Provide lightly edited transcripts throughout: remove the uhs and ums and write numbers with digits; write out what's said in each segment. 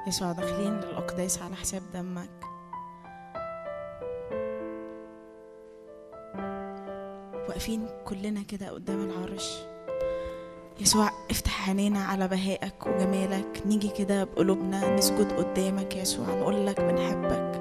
يسوع داخلين للأقداس على حساب دمك. واقفين كلنا كده قدام العرش. يسوع افتح عينينا على بهائك وجمالك، نيجي كده بقلوبنا نسجد قدامك يسوع، نقول لك بنحبك.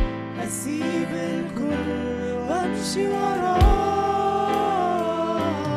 أسيب الكل وأمشي وراك.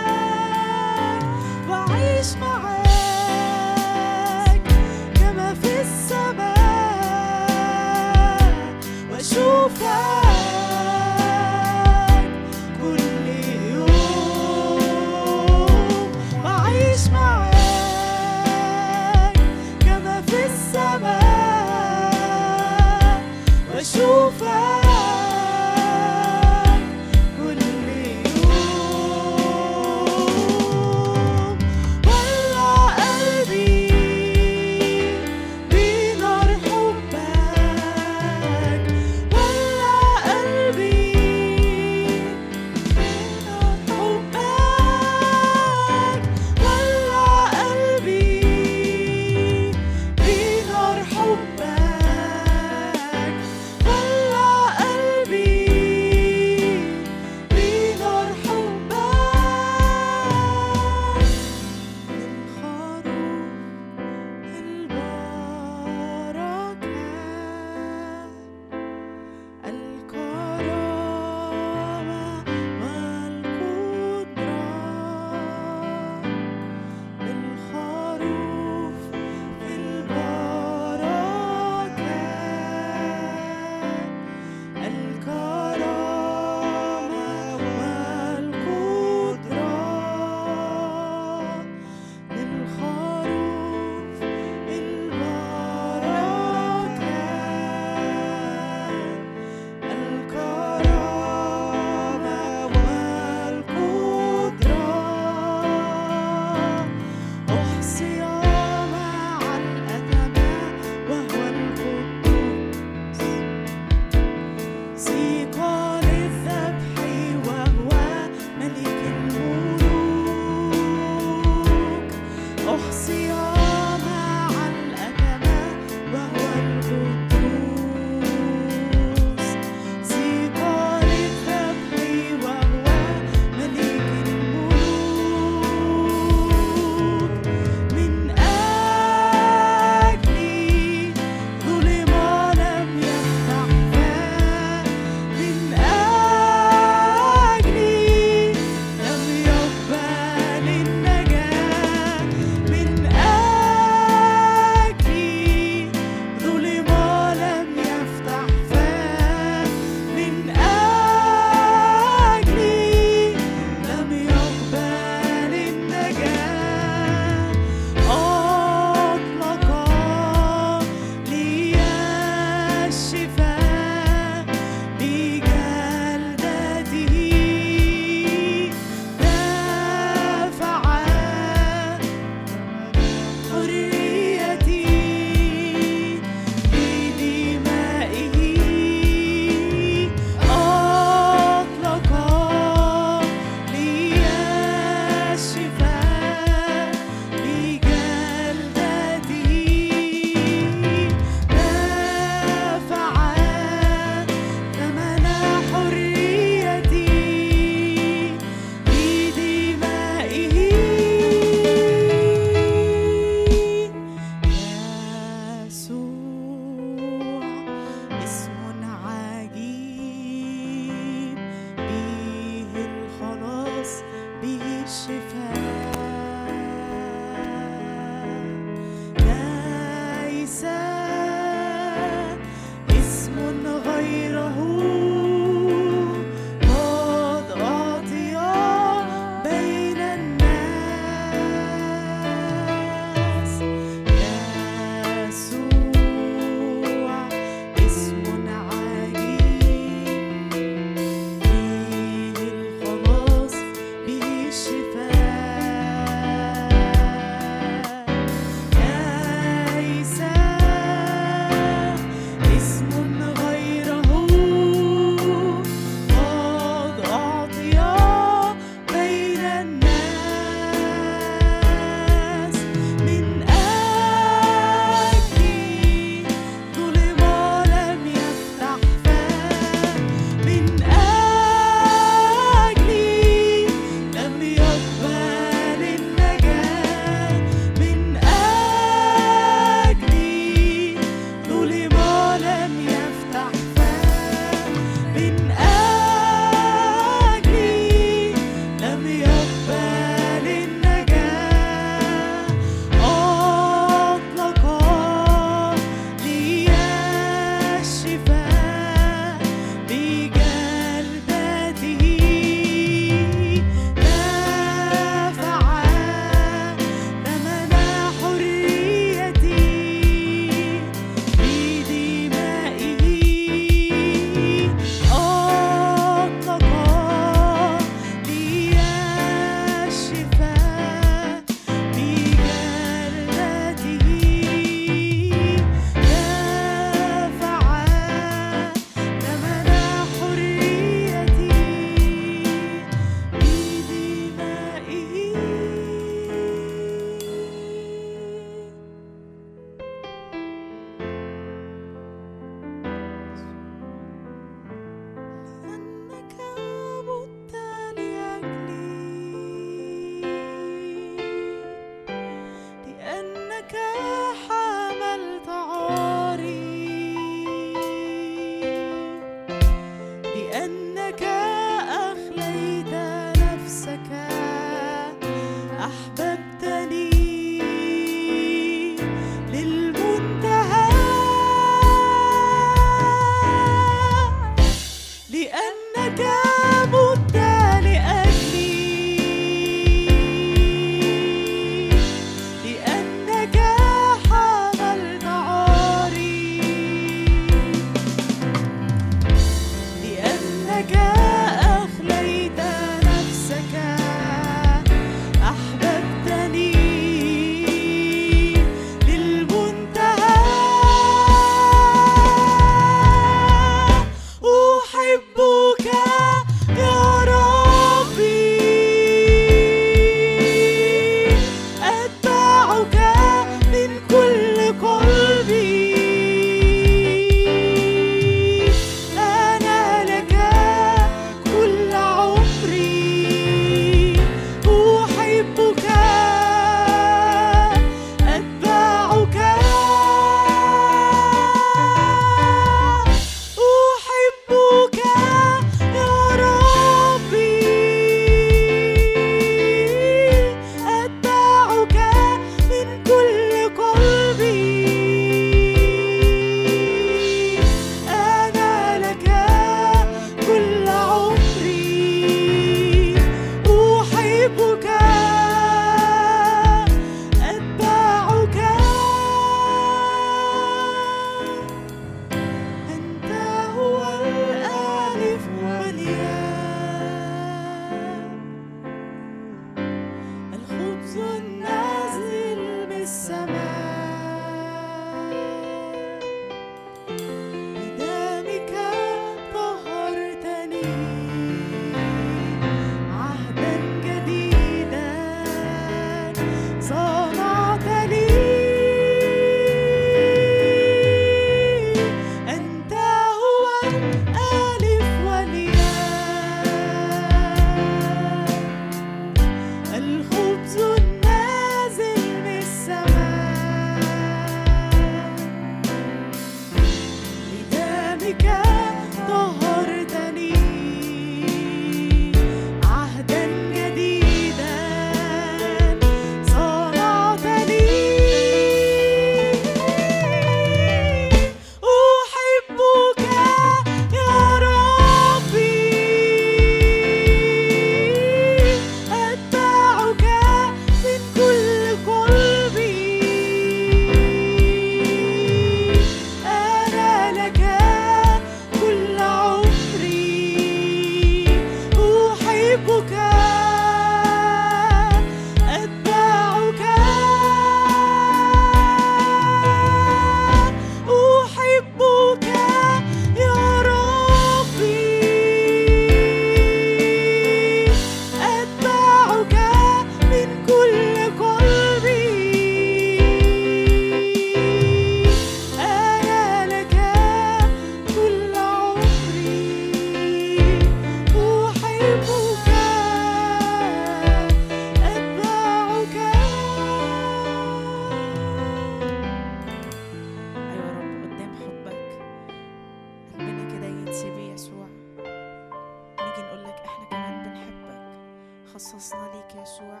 خصصنا ليك يسوع.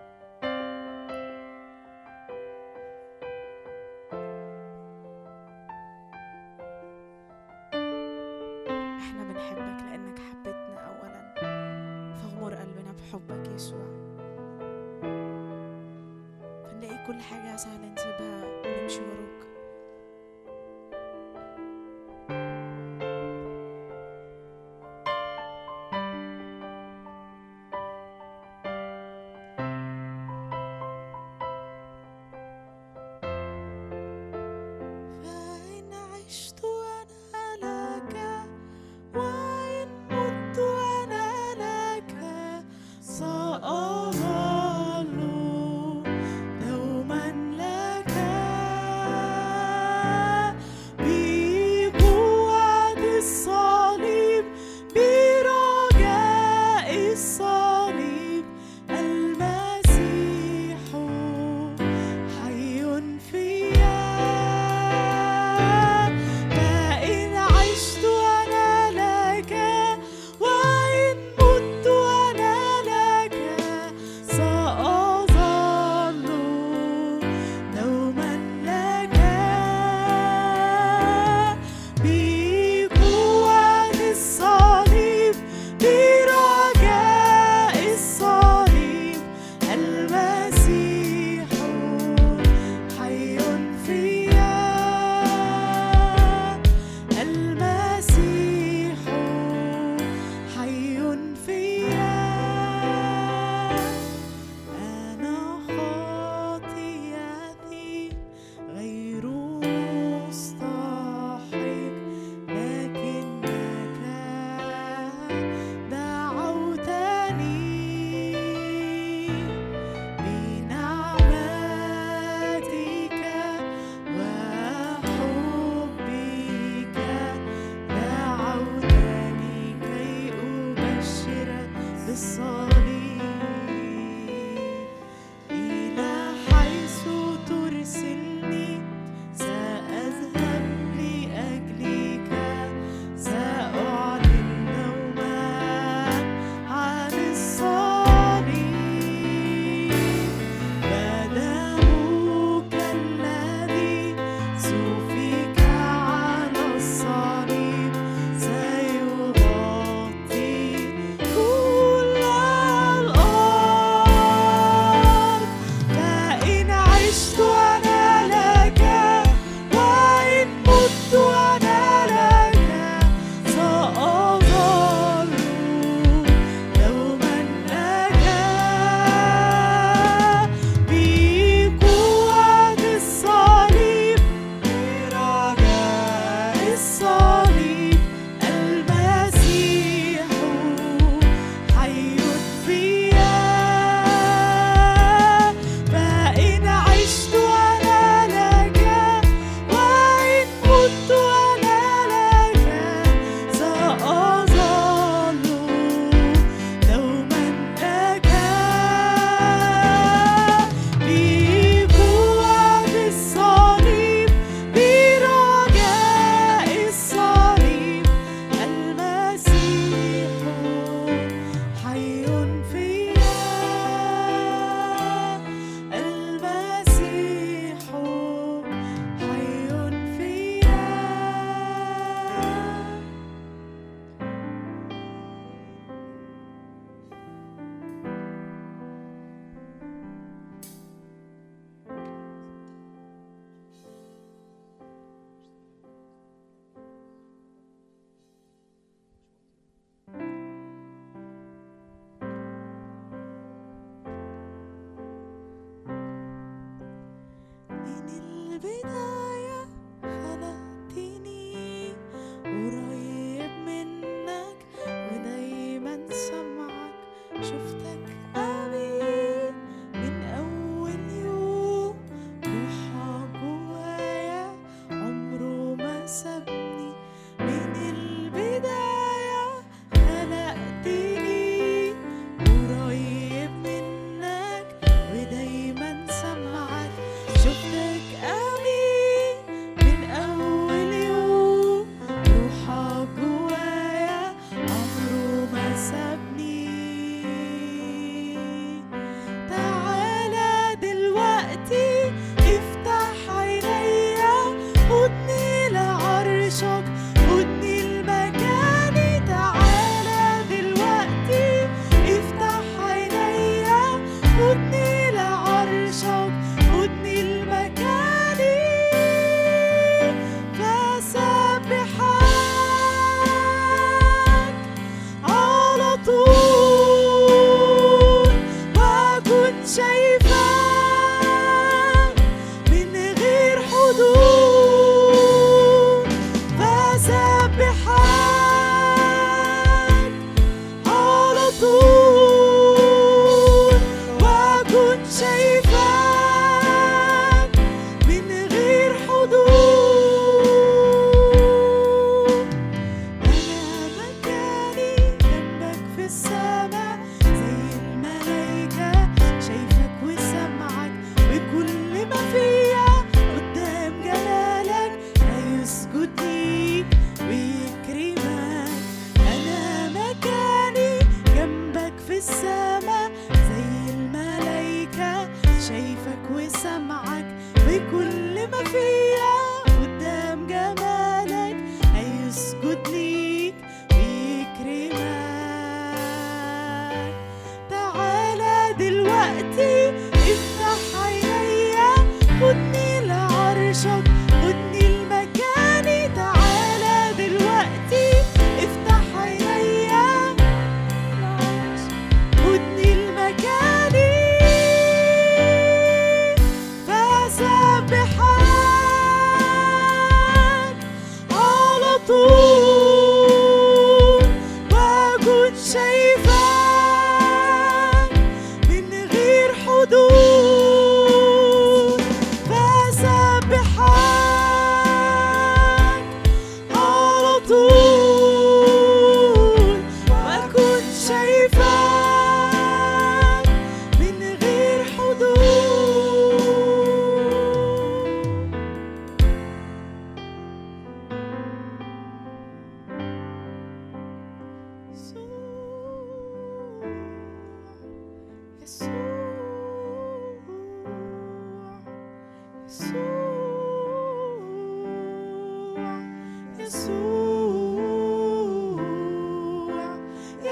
احنا بنحبك لأنك حبيتنا أولا، فاغمر قلبنا بحبك يسوع، فنلاقي كل حاجة سهلة نسيبها ونمشي وراك.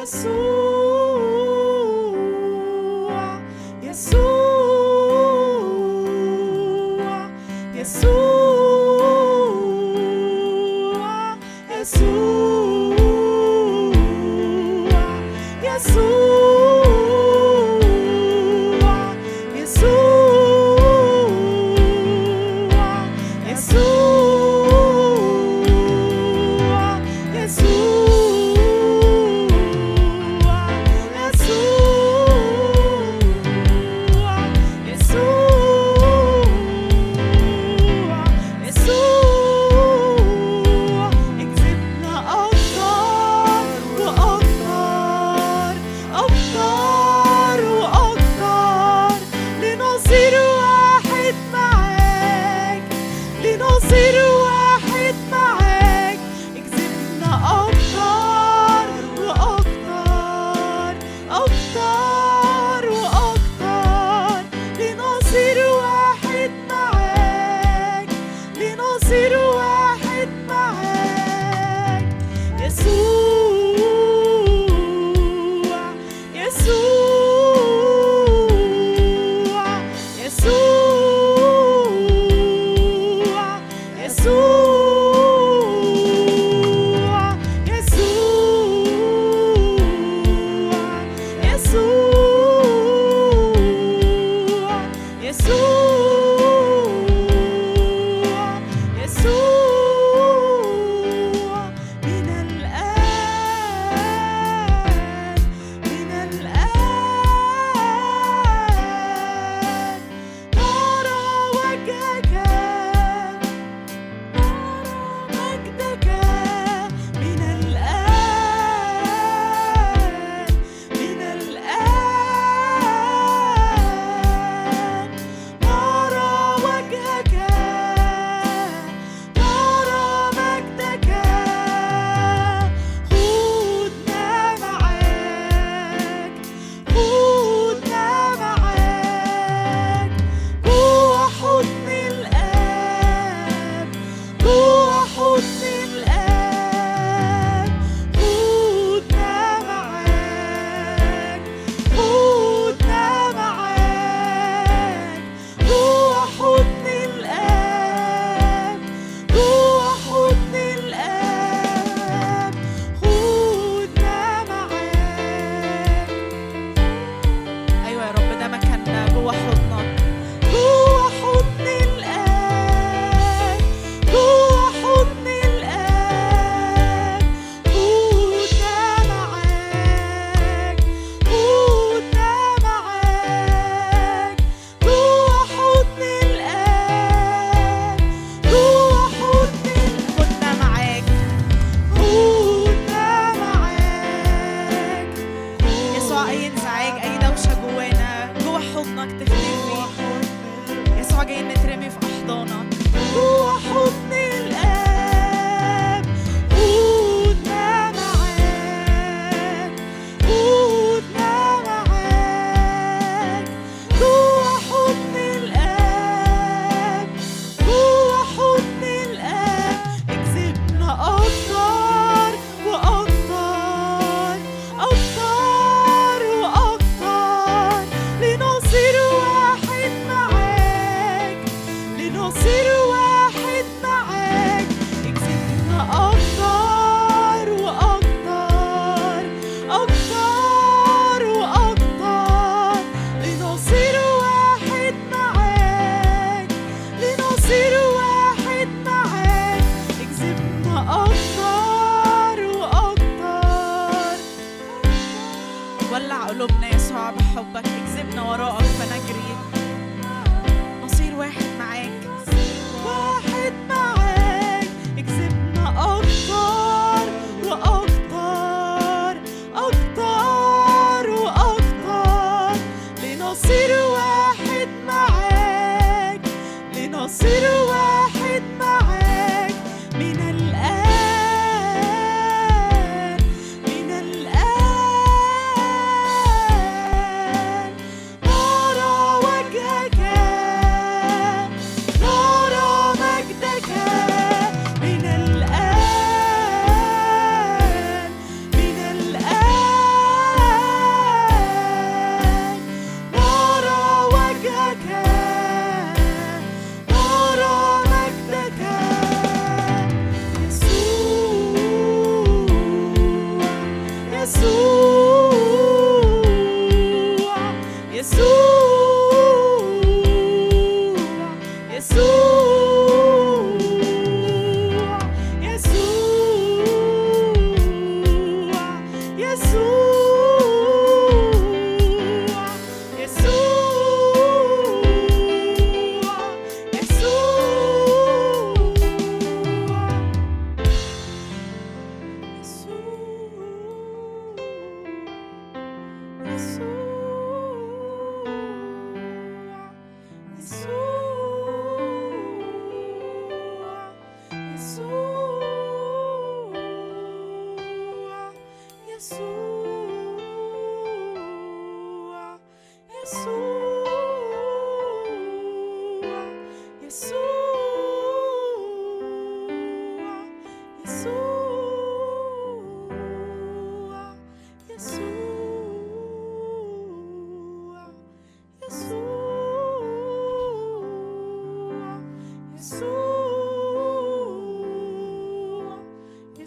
يسوع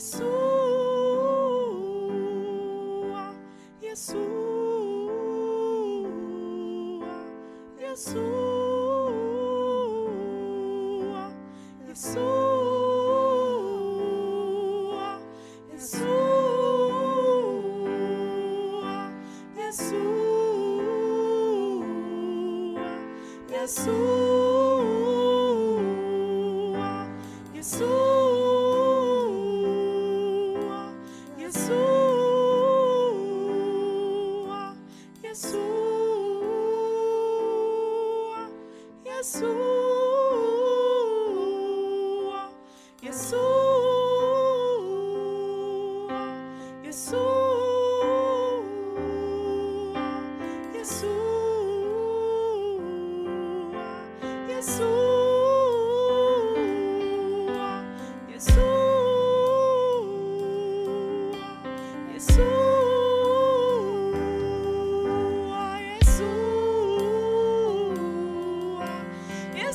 يسوع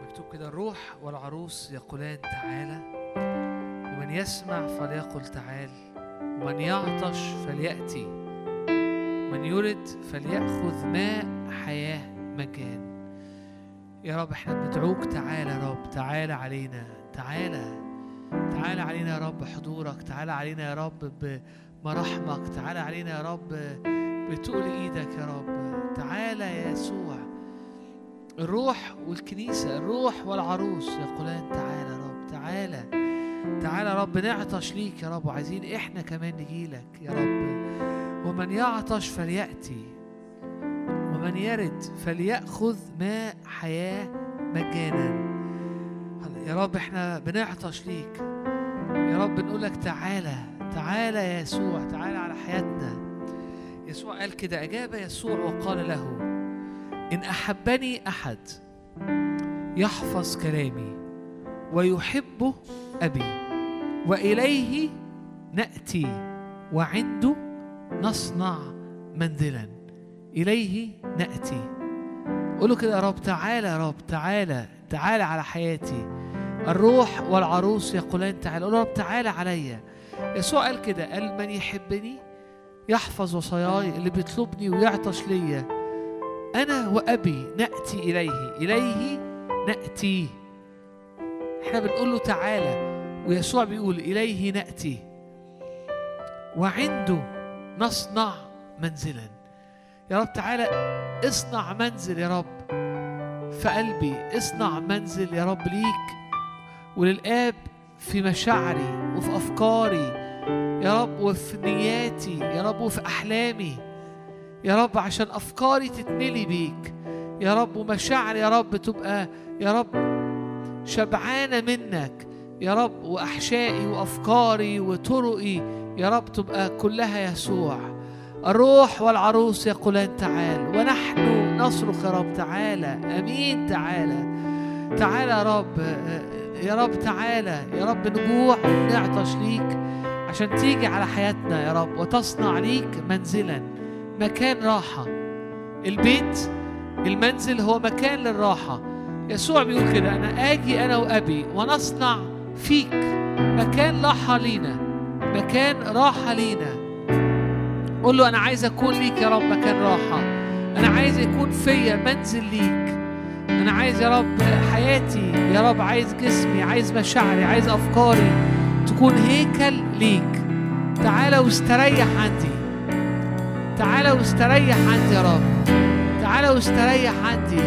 مكتوب كده: الروح والعروس يقولان تعالى، ومن يسمع فليقل تعال، ومن يعطش فليأتي، من يرد فليأخذ ماء حياة مجان. يا رب احنا بندعوك تعالى يا رب، تعالى علينا، تعالى علينا يا رب حضورك، تعالى علينا يا رب بمراحمك، تعالى علينا يا رب بتقول ايدك يا رب. تعالى يا يسوع. الروح والكنيسة، الروح والعروس يقولان تعالى يا رب، تعالى يا رب، نعطش ليك يا رب، وعايزين احنا كمان نجيلك يا رب. ومن يعطش فليأتي، ومن يرد فليأخذ ماء حياة مجانا. يا رب احنا بنعطش ليك يا رب، نقولك تعالى يا يسوع، تعالى على حياتنا. يسوع قال كده: أجاب يسوع وقال له: إن أحبني أحد يحفظ كلامي ويحبه أبي، وإليه نأتي وعنده نصنع منزلا. إليه نأتي. قولوا كده يا رب: تعالى يا رب، تعالى على حياتي. الروح والعروس يقولان تعالى. قولوا يا رب: تعالى عليا. يسوع قال كده، قال: من يحبني يحفظ وصاياي. اللي بيطلبني ويعطش ليا أنا وأبي نأتي إليه نأتي. احنا بنقول له تعالى، ويسوع بيقول إليه نأتي وعنده نصنع منزلا. يا رب تعالى اصنع منزل يا رب في قلبي، اصنع منزل يا رب ليك وللآب في مشاعري وفي أفكاري يا رب، وفي نياتي يا رب، وفي أحلامي يا رب، عشان أفكاري تتملي بيك يا رب، ومشاعري يا رب تبقى يا رب شبعانة منك يا رب، وأحشائي وأفكاري وطرقي يا رب تبقى كلها يسوع. الروح والعروس يقولان تعال، ونحن نصرخ يا رب تعالى. أمين. تعالى يا رب، يا رب تعالى يا رب، نجوع ونعطش ليك عشان تيجي على حياتنا يا رب، وتصنع ليك منزلا، مكان راحة. البيت، المنزل هو مكان للراحة. يسوع بيقول كده: أنا آجي أنا وأبي ونصنع فيك مكان راحة لينا، مكان راحة لينا. قول له: أنا عايز أكون ليك يا رب مكان راحة، أنا عايز يكون فيا منزل ليك، أنا عايز يا رب حياتي يا رب، عايز جسمي، عايز مشاعري، عايز أفكاري تكون هيكل ليك. تعالى واستريح عندي، تعالى واستريح عندي يا رب، تعالى واستريح عندي،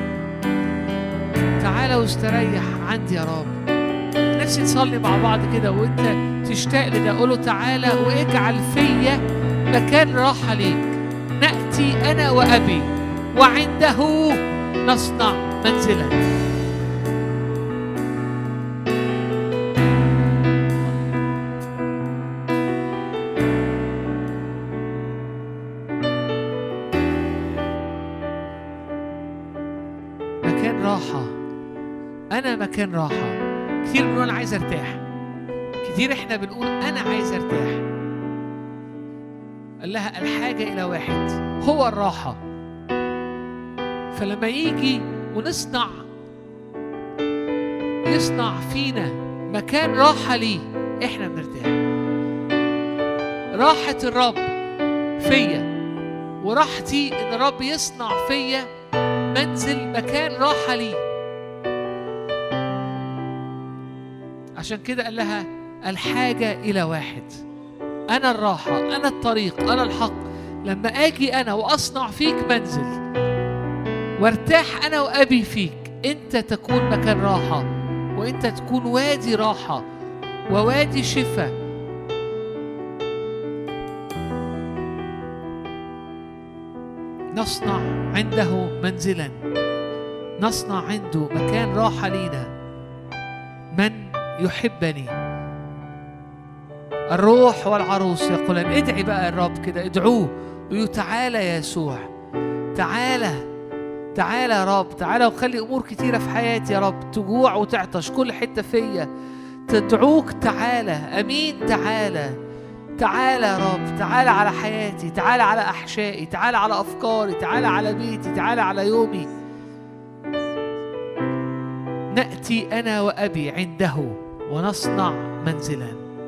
تعالى واستريح عندي يا رب. نفسي نصلي مع بعض كده وانت تشتاق لده. قوله: تعالى واجعل فيا مكان راحة ليك، نأتي أنا وأبي وعنده نصنع منزلا. مكان راحة، أنا مكان راحة. كتير بنقول أنا عايز أرتاح، كتير إحنا بنقول أنا عايز أرتاح. قال لها: الحاجة إلى واحد هو الراحة. فلما يجي ونصنع، يصنع فينا مكان راحة ليه، إحنا بنرتاح. راحة الرب فيا، وراحتي إن الرب يصنع فيا منزل، مكان راحة ليه. عشان كده قال لها: الحاجة إلى واحد. أنا الراحة، أنا الطريق، أنا الحق. لما أجي أنا وأصنع فيك منزل وارتاح أنا وأبي فيك، أنت تكون مكان راحة، وأنت تكون وادي راحة ووادي شفاء. نصنع عنده منزلا، نصنع عنده مكان راحة لينا. من يحبني. الروح والعروس يقولان. ادعي بقى الرب كده، ادعوه ويقول: تعالى يا يسوع، تعالى يا رب، تعالى وخلي امور كتيره في حياتي يا رب تجوع وتعطش، كل حته فيا تدعوك. تعالى. امين. تعالى يا رب، تعالى على حياتي، تعالى على احشائي، تعالى على افكاري، تعالى على بيتي، تعالى على يومي. نأتي أنا وأبي عنده ونصنع منزلا.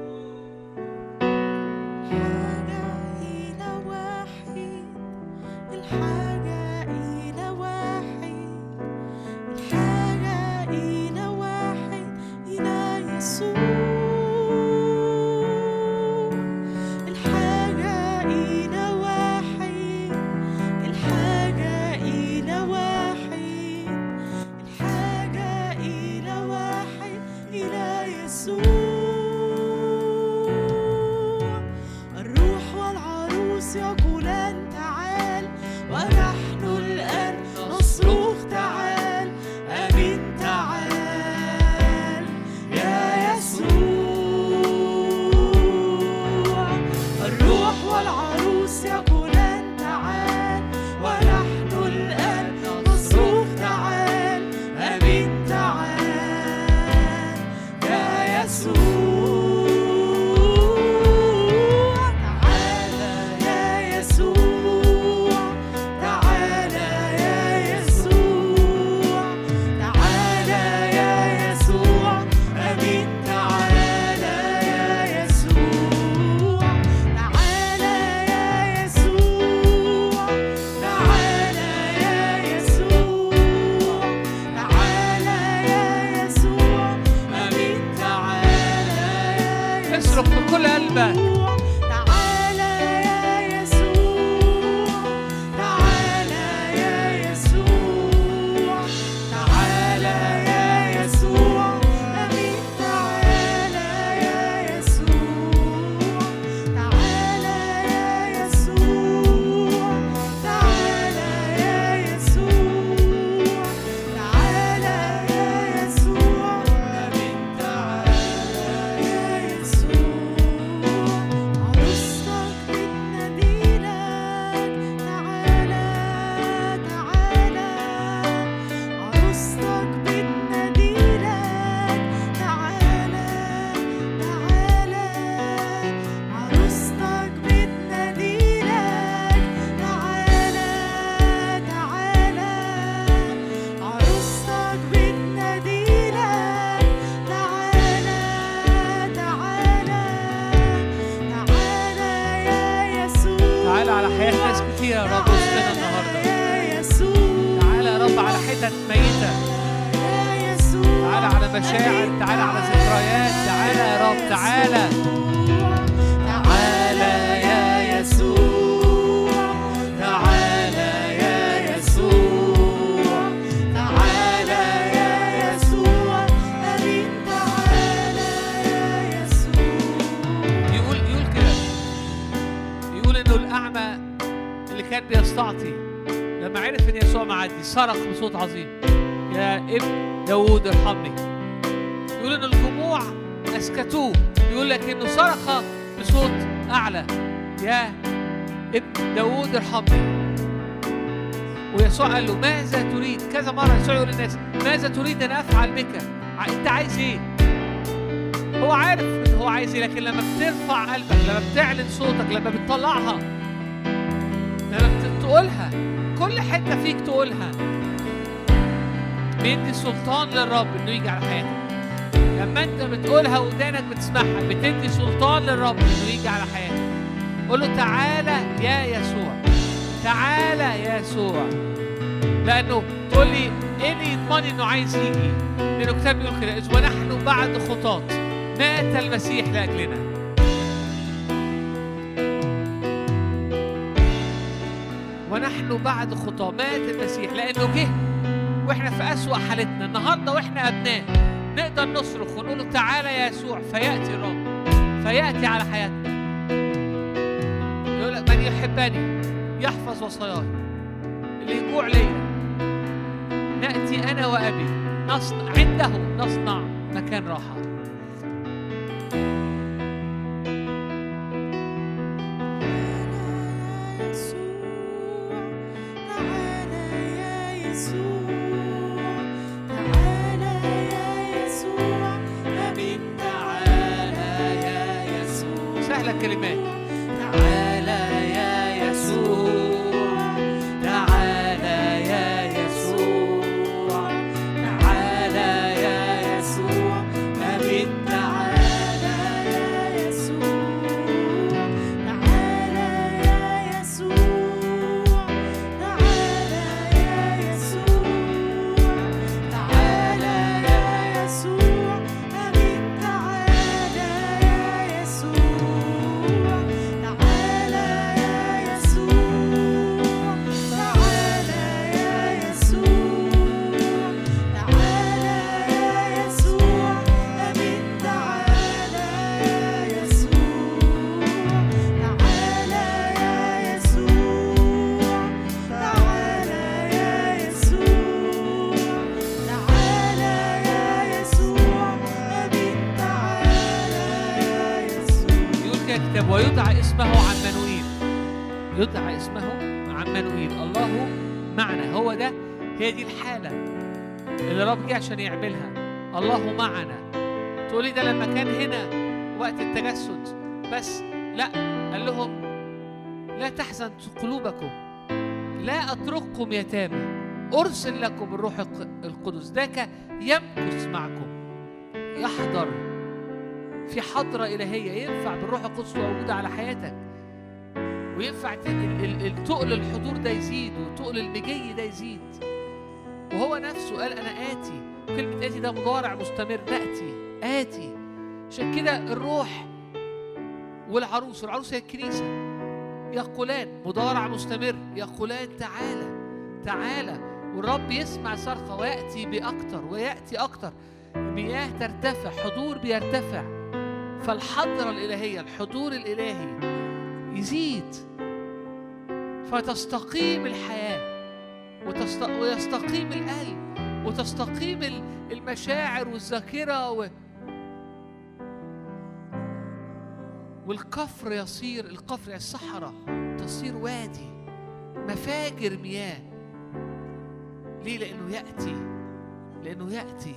صرخ بصوت عظيم يا ابن داود ارحمني. يقول ان الجموع اسكتوه، يقول لك انه صرخ بصوت اعلى يا ابن داود ارحمني. ويسوع قال له ماذا تريد؟ كذا مره يسوع يقول للناس ماذا تريد ان افعل بك؟ انت عايز ايه؟ هو عارف ان هو عايز ايه، لكن لما بترفع قلبك، لما بتعلن صوتك، لما بتطلعها، لما بتقولها كل حتة فيك تقولها، بيدي سلطان للرب انه يجي على حياتك. لما انت بتقولها ودانك بتسمعها بتدي سلطان للرب انه يجي على حياتك. قول له تعالى يا يسوع، تعالى يا يسوع. لانه تقول لي ايه اللي يضمني انه عايز يجي؟ لانه الكتاب بيقول كده اذ ونحن بعد خطاة مات المسيح لاجلنا. ونحن بعد خطاة مات المسيح، لأنه جه وإحنا في أسوأ حالتنا. النهاردة وإحنا أبناء نقدر نصرخ ونقول له تعالى يا يسوع، فيأتي الرب، فيأتي على حياتنا. يقول لك من يحبني يحفظ وصاياي. اللي يجوع ليا نأتي أنا وأبي نصنع عنده، نصنع مكان راحة. كلمات تعالى يا يسوع، تعالى يا يسوع، تعالى ويدعى اسمه عمانوئيل. يدعى اسمه عمانوئيل، الله معنا. هو ده، هي دي الحالة اللي الرب جه عشان يعملها. الله معنا. تقولي ده لما كان هنا وقت التجسد بس، لا، قال لهم لا تحزن قلوبكم، لا أترككم يتامى، أرسل لكم الروح القدس، ذاك يمكث معكم، يحضر في حضرة إلهية. ينفع بالروح القدس موجودة على حياتك، وينفع تقل الحضور ده يزيد، وتقل المجي ده يزيد. وهو نفسه قال أنا آتي. كلمة آتي ده مضارع مستمر، آتي. عشان كده الروح والعروس هي الكنيسة يقولان مضارع مستمر، يقولان تعالى. والرب يسمع صرخة ويأتي بأكتر ويأتي أكتر. مياه ترتفع، حضور بيرتفع، فالحضرة الإلهية، الحضور الإلهي يزيد، فتستقيم الحياة ويستقيم القلب وتستقيم المشاعر والذاكرة والكفر يصير، الكفر يعني الصحراء تصير وادي، مفاجر مياه. ليه؟ لأنه يأتي.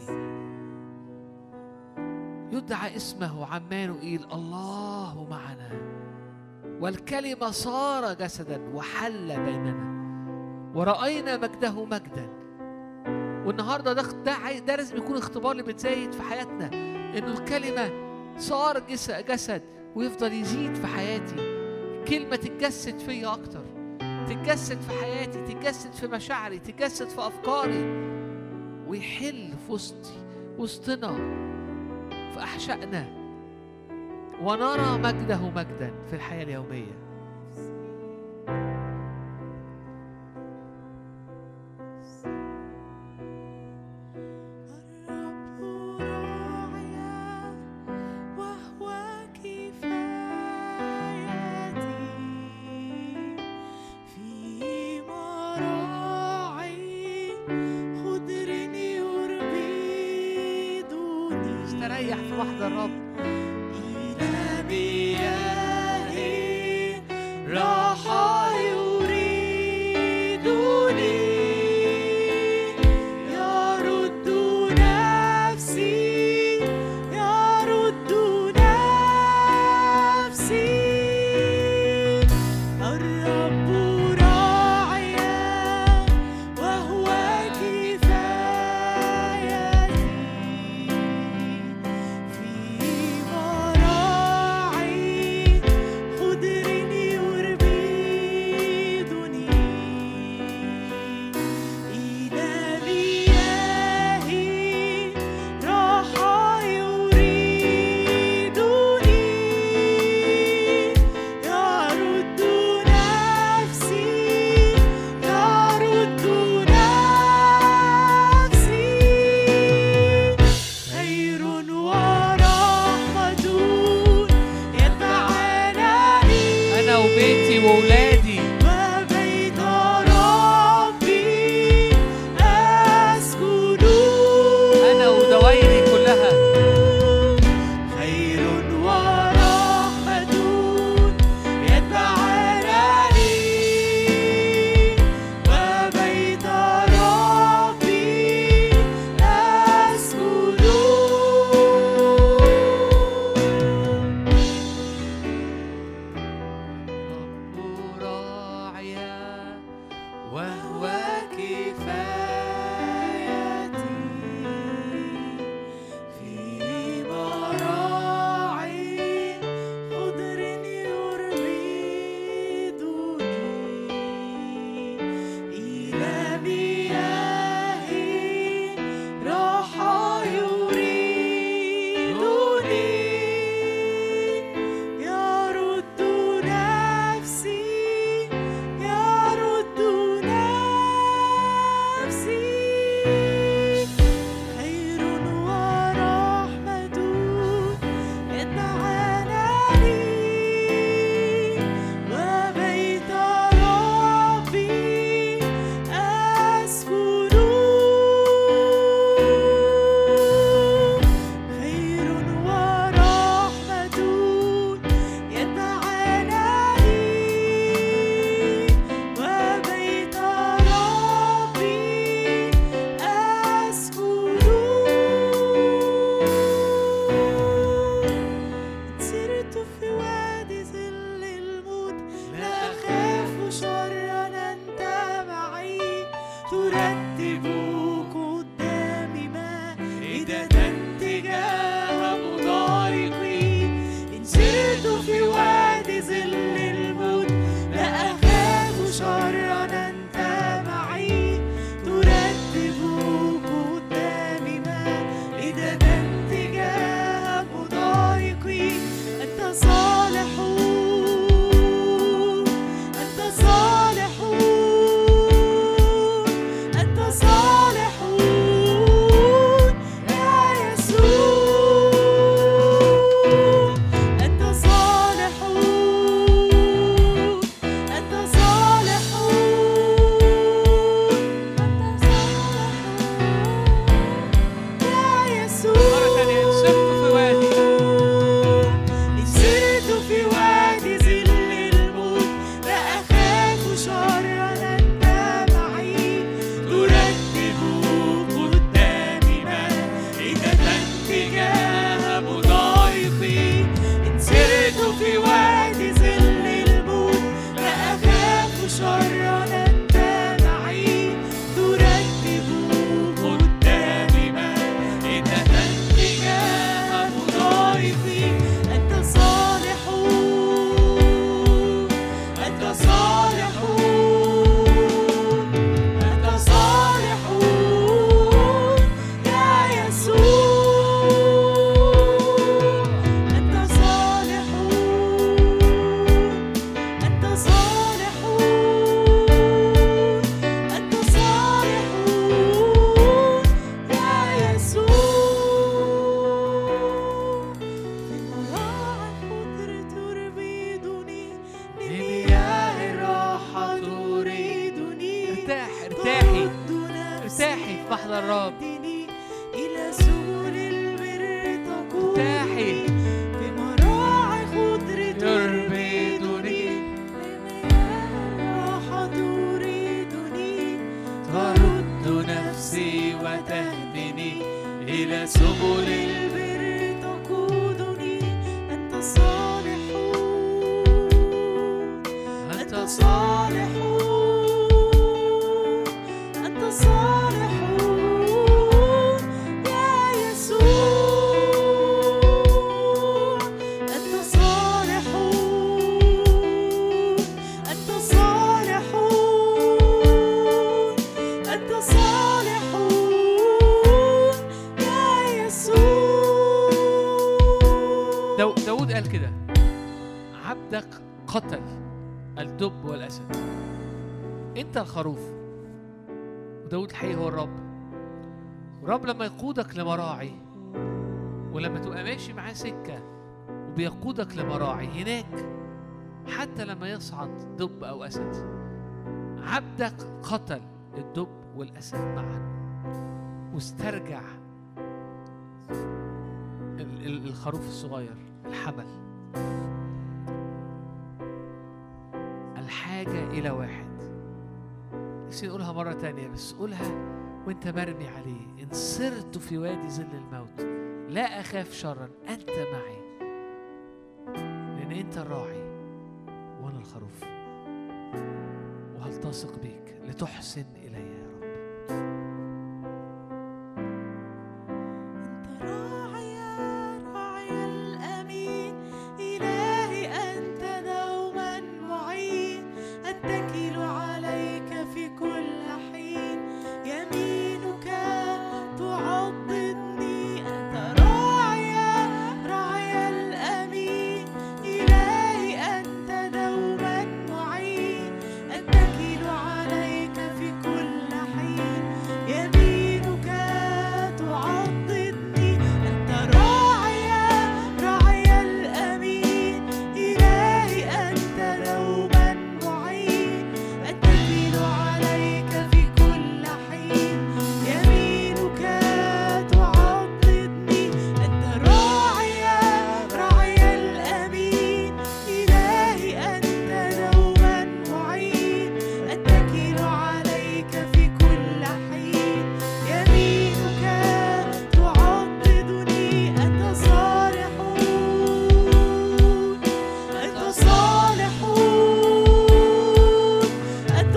يدعى اسمه عمانوئيل، الله معنا، والكلمة صار جسدا وحل بيننا ورأينا مجده مجدا. والنهاردة ده لازم يكون اختبار اللي بتزايد في حياتنا، إنه الكلمة صار جسد ويفضل يزيد في حياتي. كلمة تتجسد فيا أكتر، تتجسد في حياتي، تتجسد في مشاعري، تتجسد في أفكاري، ويحل في وسطنا، في أحشائنا، ونرى مجده مجدا في الحياة اليومية. استريح في محضر الرب. إلى مياه راحة يريدني، يرد نفسي، يرد نفسي. الرب راعيا وهو كفايتي، في مراعي إلى سبل البر تقود ارتاحي بمراعي خضر يربدني راحة تريدني ترد نفسي وتهدني إلى سبل البر تقودني. أنت صالح أنت صالح أنت صالح يا يسوع. أنت صالح أنت صالح أنت صالح يا يسوع. داود قال كده: عبدك قتل الدب والأسد، أنت الخروف. وداود الحقيقي هو الرب. والرب لما يقودك لمراعي، ولما تبقى ماشي معاه سكة وبيقودك لمراعي هناك، حتى لما يصعد دب أو أسد، عبدك قتل الدب والأسد معا واسترجع الخروف الصغير، الحمل. الحاجة إلى واحد. نفسي نقولها مرة تانية، بس قولها وانت مرمي عليه: إن سرت في وادي ظل الموت لا أخاف شرا، أنت معي، لأن أنت الراعي وأنا الخروف، وهلتصق بيك لتحسن إلي يا رب. أنت راعي راعي الأمين، إلهي أنت دوما معين، أتكل عليك في كل حين، يمينك تعضدني. أنت راعي راعي الأمين، إلهي أنت دوما معين، أتكل عليك في كل حين، يمينك تعضدني. أنت راعي راعي الأمين، إلهي أنت دوما معين، أتكل عليك في كل حين، يمينك تعضدني. أنت راعي راعي الأمين، إلهي أنت دوما معين، أتكل عليك في كل حين، يمينك تعضدني. أنت صالحون أنت صالحون أنت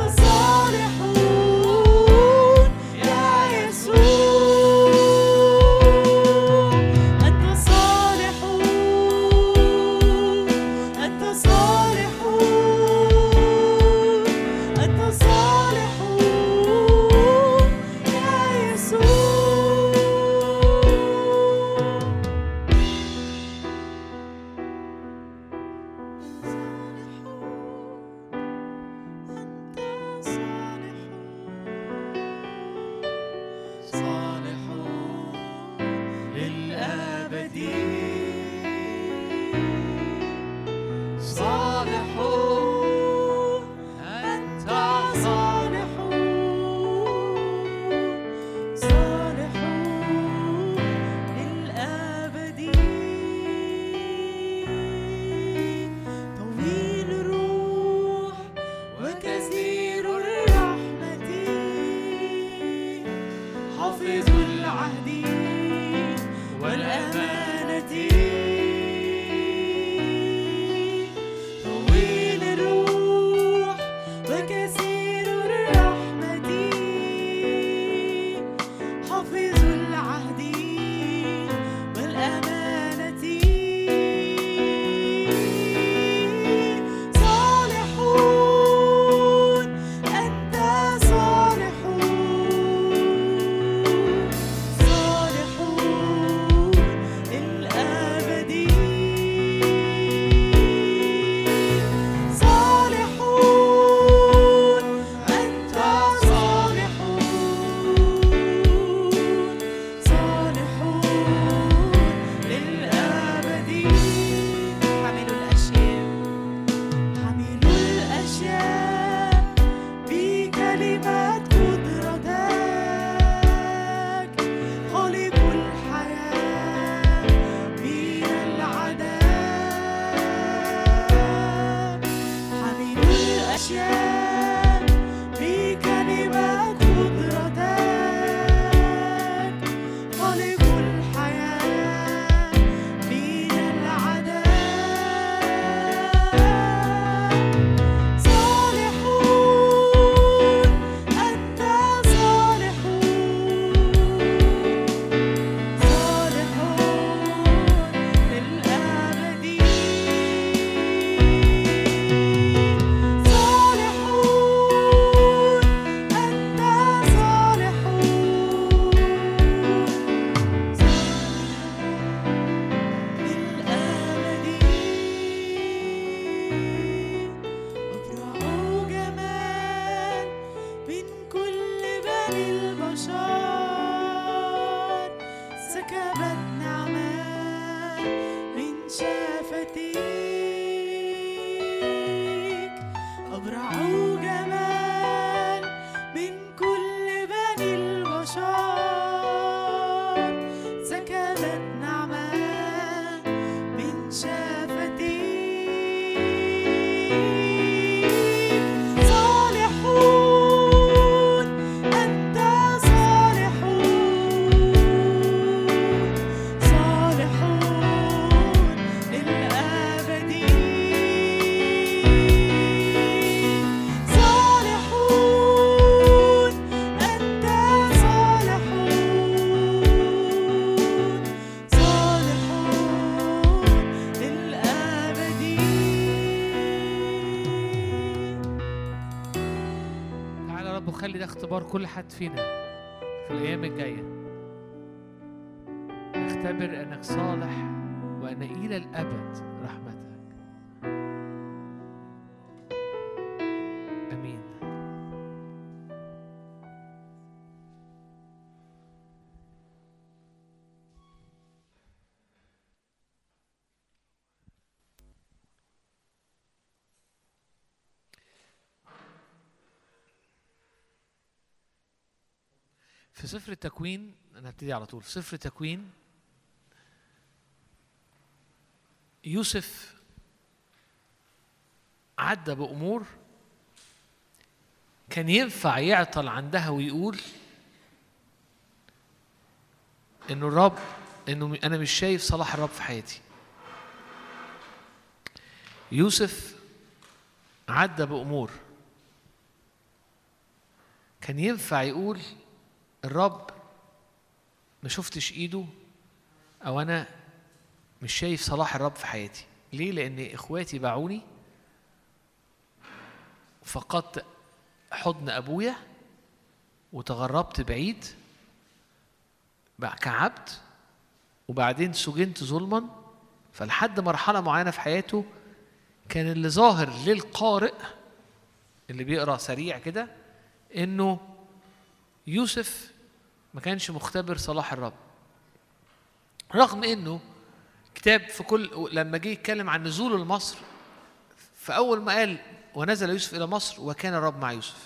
صالحون يا يسوع. أنت صالحون أنت صالحون أنت صالحون يا يسوع. صالحون للأبد، صالحون أنت صالحون، صالحون للأبد. طويل الروح وكثير الرحمة، حافظ العهد والأمانة. طويل الروح وكثير الرحمة، حافظ العهد والأمانة. صالحون أنت صالحون، صالحون طالب الحياة من العذاب صالحون أنت صالحون للأبد صالحون أنت أبرع جمال من كل بني البشر سكبت نعمة من شفتيك أبرع جمال من كل بني البشر سكبت نعمة من شفتيك صالحون أنت صالحون للأبد صالحون أنت صالحون للأبد. تعالى يا رب وخلي ده اختبار كل حد فينا في الأيام الجاية، نختبر أنك صالح وأن إلى الأبد رحمتك. آمين. في سفر التكوين، أنا هبتدي على طول. في سفر التكوين يوسف عدى بأمور كان ينفع يعطل عندها ويقول إنه الرب، إنه أنا مش شايف صلاح الرب في حياتي. يوسف عدى بأمور كان ينفع يقول الرب ما شفتش ايده، او انا مش شايف صلاح الرب في حياتي. ليه؟ لان اخواتي باعوني، فقدت حضن ابويا وتغربت بعيد كعبد، وبعدين سجنت ظلما. فلحد مرحله معينه في حياته كان اللي ظاهر للقارئ اللي بيقرا سريع كده انه يوسف ما كانش مختبر صلاح الرب، رغم انه كتاب في كل لما جه يتكلم عن نزوله لمصر، فاول ما قال ونزل يوسف الى مصر وكان الرب مع يوسف.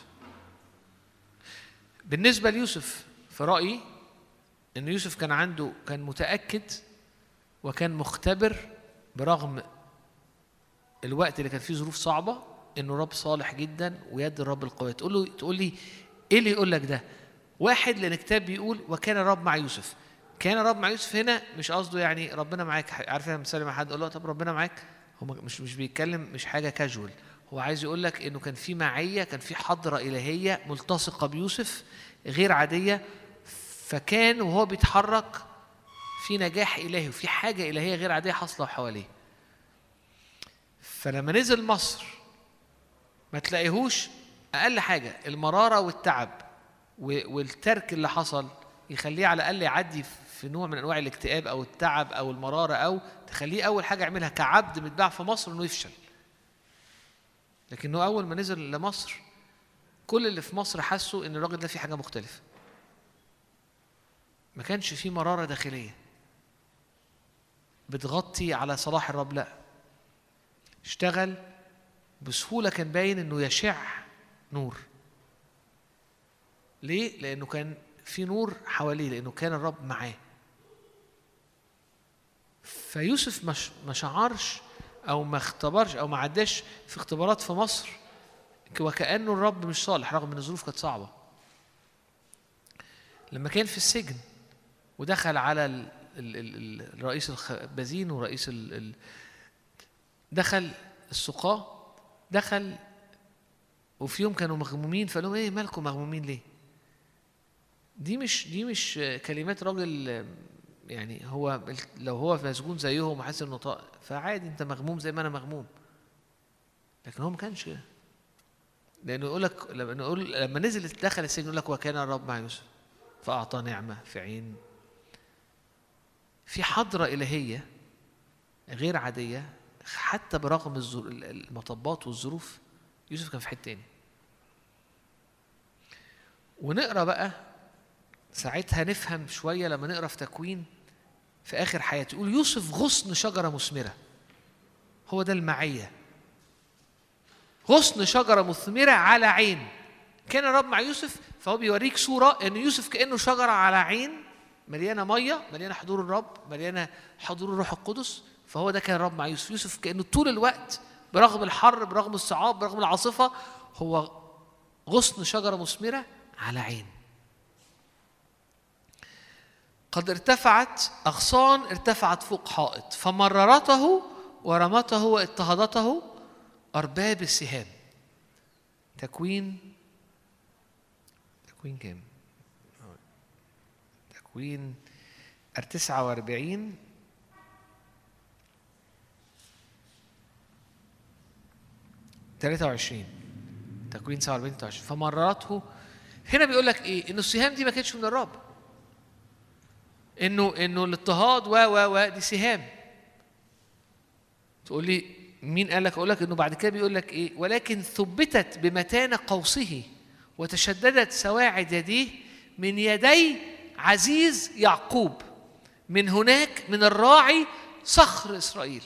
بالنسبه ليوسف في رايي ان يوسف كان متاكد وكان مختبر برغم الوقت اللي كان فيه ظروف صعبه انه الرب صالح جدا ويد الرب القويه. تقول لي ايه اللي يقول لك ده؟ واحد، لان الكتاب بيقول وكان الرب مع يوسف. كان الرب مع يوسف هنا مش قصده يعني ربنا معاك. عارف لما تسلم على حد اقول له طب ربنا معاك، هو مش بيتكلم، مش حاجه كاجوال. هو عايز يقول لك انه كان في معيه، كان في حضره الهيه ملتصقه بيوسف غير عاديه، فكان وهو بيتحرك في نجاح الهي وفي حاجه الهيه غير عاديه حاصله حواليه. فلما نزل مصر ما تلاقيهوش اقل حاجه المراره والتعب والترك اللي حصل يخليه على الاقل يعدي في نوع من انواع الاكتئاب او التعب او المراره، او تخليه اول حاجه يعملها كعبد متباع في مصر انه يفشل. لكنه اول ما نزل لمصر كل اللي في مصر حسوا ان الراجل ده فيه حاجه مختلفه. ما كانش فيه مراره داخليه بتغطي على صلاح الرب، لا، اشتغل بسهوله، كان باين انه يشع نور. ليه؟ لانه كان في نور حواليه، لانه كان الرب معاه. فيوسف ما شعرش او ما اختبرش او ما عداش في اختبارات في مصر وكأنه الرب مش صالح، رغم ان الظروف كانت صعبه. لما كان في السجن ودخل على الرئيس الخبازين ورئيس دخل السقاة، دخل وفي يوم كانوا مغمومين، فقالوا ايه مالكم مغمومين ليه؟ دي مش كلمات راجل يعني هو لو هو مسجون زيهم وحاسس انه فعادي انت مغموم زي ما انا مغموم، لكن هو ما كانش كده. لانه يقول لك لما نزل دخل السجن يقول لك وكان الرب مع يوسف فاعطى نعمه في عين، في حضره الهيه غير عاديه حتى برغم المطبات والظروف. يوسف كان في حته تاني. ونقرا بقى ساعتها نفهم شويه لما نقرا في تكوين في اخر حياته يقول يوسف غصن شجره مثمره. هو ده المعيه، غصن شجره مثمره على عين. كان الرب مع يوسف، فهو بيوريك صوره ان يوسف كانه شجره على عين مليانه ميه، مليانه حضور الرب، مليانه حضور الروح القدس. فهو ده كان الرب مع يوسف. يوسف كانه طول الوقت برغم الحر، برغم الصعاب، برغم العاصفه، هو غصن شجره مثمره على عين. قد ارتفعت أغصان، ارتفعت فوق حائط، فمررته ورمته واضطهدته أرباب السهام. تكوين كام؟ تكوين 49 23. تكوين 49 23. فمررته هنا بيقول لك ايه؟ انه السهام دي ما كانتش من الرب، انه الاضطهاد و دي سهام. تقول لي مين قال لك؟ اقول لك انه بعد كده بيقول لك ايه؟ ولكن ثبتت بمتانة قوسه وتشددت سواعد يديه من يدي عزيز يعقوب، من هناك من الراعي صخر اسرائيل.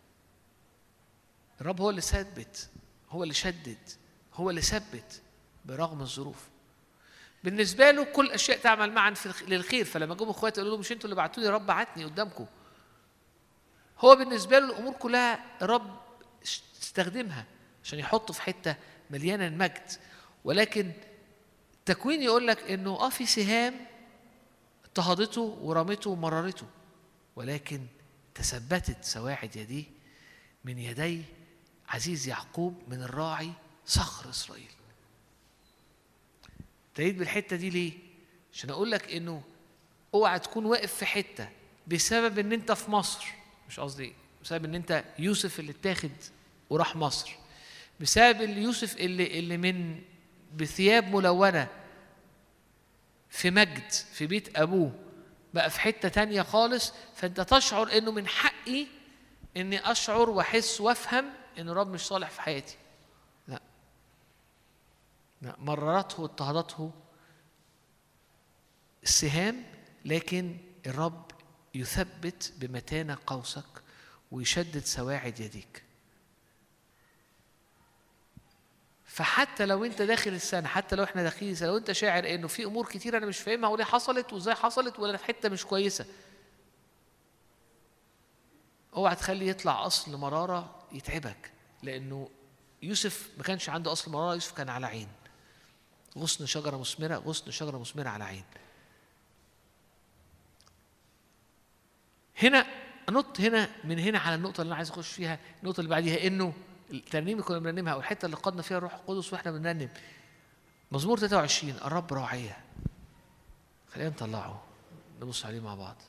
الرب هو اللي ثبت، هو اللي شدد، هو اللي ثبت برغم الظروف. بالنسبه له كل اشياء تعمل معا للخير. فلما جم اخواتي قالوا له مش انتوا اللي بعتوا لي، الرب بعتني قدامكم. هو بالنسبه له الامور كلها الرب استخدمها عشان يحطه في حته مليانه المجد. ولكن التكوين يقول لك انه في سهام اضطهدته ورمته ومررته، ولكن تثبتت سواعد يديه من يدي عزيز يعقوب، من الراعي صخر اسرائيل. ابتديت بالحته دي ليه؟ عشان اقول لك انه اوعى تكون واقف في حته بسبب ان انت في مصر، مش قصدي بسبب ان انت يوسف اللي اتاخد وراح مصر، بسبب يوسف اللي من بثياب ملونه في مجد في بيت ابوه بقى في حته تانية خالص. فانت تشعر انه من حقي اني اشعر واحس وافهم ان الرب مش صالح في حياتي. لا، مررته واضطهدته السهام، لكن الرب يثبت بمتانة قوسك ويشدد سواعد يديك. فحتى لو انت داخل السنة، حتى لو احنا داخلين السنة، لو انت شاعر انه في امور كتير انا مش فاهمها وليه حصلت وازاي حصلت ولا في حتة مش كويسة، اوعى تخلي يطلع اصل مرارة يتعبك. لانه يوسف ما كانش عنده اصل مرارة، يوسف كان على عين، غصن شجرة مثمرة، غصن شجرة مثمرة على عين. هنا نط هنا من هنا على النقطة اللي أنا عايز أخش فيها، النقطة اللي بعديها، إنه الترنيم اللي كنا بنرنمها أو الحتة اللي قادنا فيها الروح القدس وإحنا بنرنم مزمور 23 الرب راعية. خلينا نطلعه نبص عليه مع بعض.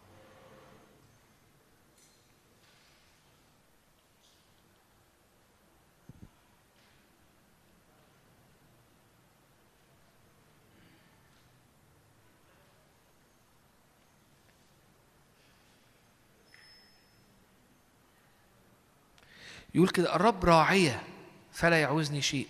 يقول كده الرب راعية فلا يعوزني شيء،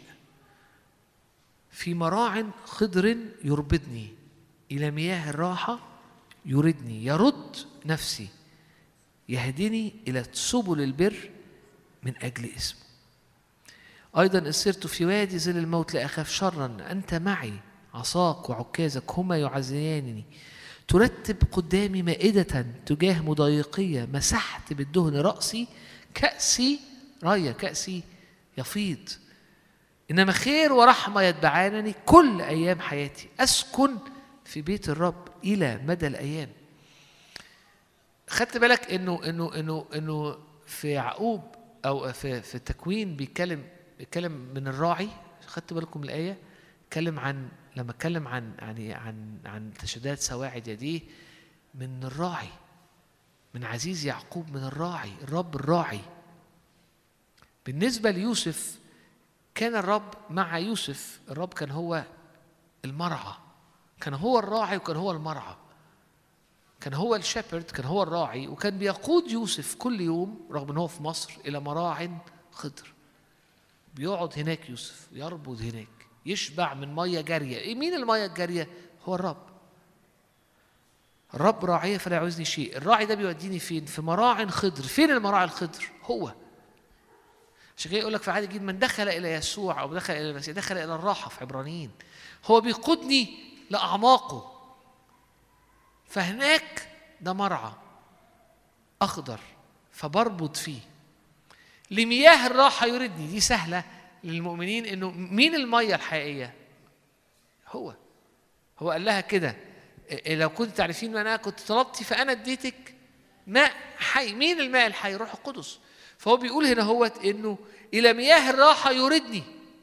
في مراع خضر يربدني، إلى مياه الراحة يردني، يرد نفسي، يهدني إلى سبل البر من أجل اسمه. أيضا إن سرت في وادي ظل الموت لا أخاف شرا، أنت معي، عصاك وعكازك هما يعزيانني. ترتب قدامي مائدة تجاه مضايقية، مسحت بالدهن رأسي، كأسي راية، كأسي يفيض. إنما خير ورحمة يتبعانني كل أيام حياتي، أسكن في بيت الرب إلى مدى الأيام. خدت بالك انه في يعقوب او في التكوين بيتكلم من الراعي. خدت بالكم من الايه؟ لما اتكلم عن تشديدات سواعد يديه من الراعي، من عزيز يعقوب، من الراعي، الرب الراعي. بالنسبه ليوسف كان الرب مع يوسف، الرب كان هو المرعى، كان هو الراعي وكان هو المرعى، كان هو الشيبرد، كان هو الراعي، وكان بيقود يوسف كل يوم رغم ان هو في مصر الى مراع خضر. بيقعد هناك يوسف، يربض هناك، يشبع من ميه جاريه. مين الميه الجاريه؟ هو الرب راعيه فلا يعوزني شيء. الراعي ده بيوديني فين؟ في مراع خضر. فين المراعي الخضر؟ هو. عشان كده يقول لك في عهد الجديد من دخل الى يسوع او دخل الى المسيح دخل الى الراحه في عبرانيين. هو بيقودني لاعماقه، فهناك ده مرعى اخضر فبربط فيه. لمياه الراحه يردني. دي سهله للمؤمنين. انه مين الميه الحقيقيه؟ هو قال لها كده لو كنت تعرفين ما انا كنت طلبتي فانا اديتك ماء حي. مين الماء الحي؟ روح القدس. فهو بيقول هنا هوت انه الى مياه الراحه يردني.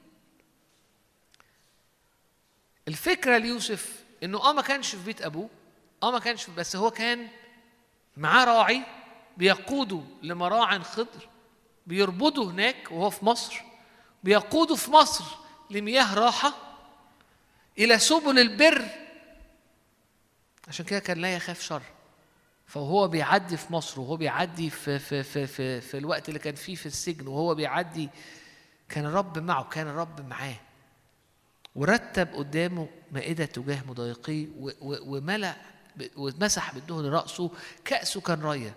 الفكره ليوسف انه ما كانش في بيت ابوه، ما كانش، بس هو كان معاه راعي بيقوده لمراع خضر، بيربطه هناك وهو في مصر، بيقوده في مصر لمياه راحه الى سبل البر. عشان كده كان لا يخاف شر. فهو بيعدي في مصر، وهو بيعدي في الوقت اللي كان فيه في السجن، وهو بيعدي كان الرب معه، كان الرب معاه، ورتب قدامه مائدة تجاه مضايقيه، وملأ ومسح بالدهن رأسه، كأسه كان راية.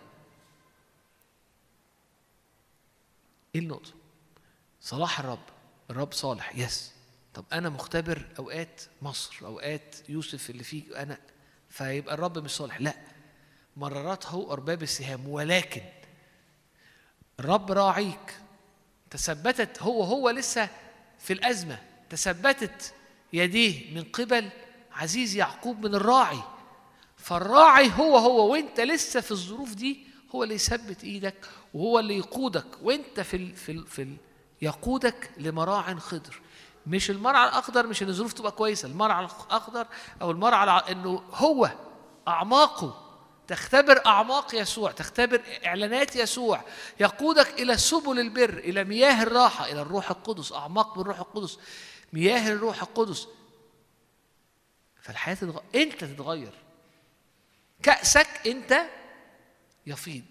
ايه النقطة؟ صلاح الرب صالح. يس. طب أنا مختبر أوقات مصر، أوقات يوسف اللي فيه أنا، فيبقى الرب مش صالح؟ لا، مررته أرباب السهام، ولكن الرب راعيك. تثبتت هو لسه في الأزمة، تثبتت يديه من قبل عزيز يعقوب من الراعي. فالراعي هو وانت لسه في الظروف دي هو اللي يثبت ايدك، وهو اللي يقودك، وانت في يقودك لمراع خضر. مش المرعى الاخضر، مش ان الظروف تبقى كويسه، المرعى الاخضر او المرعى انه هو اعماقه، تختبر اعماق يسوع، تختبر اعلانات يسوع، يقودك الى سبل البر، الى مياه الراحه، الى الروح القدس، اعماق بالروح القدس، مياه الروح القدس. فالحياه انت تتغير، كأسك انت يفيض،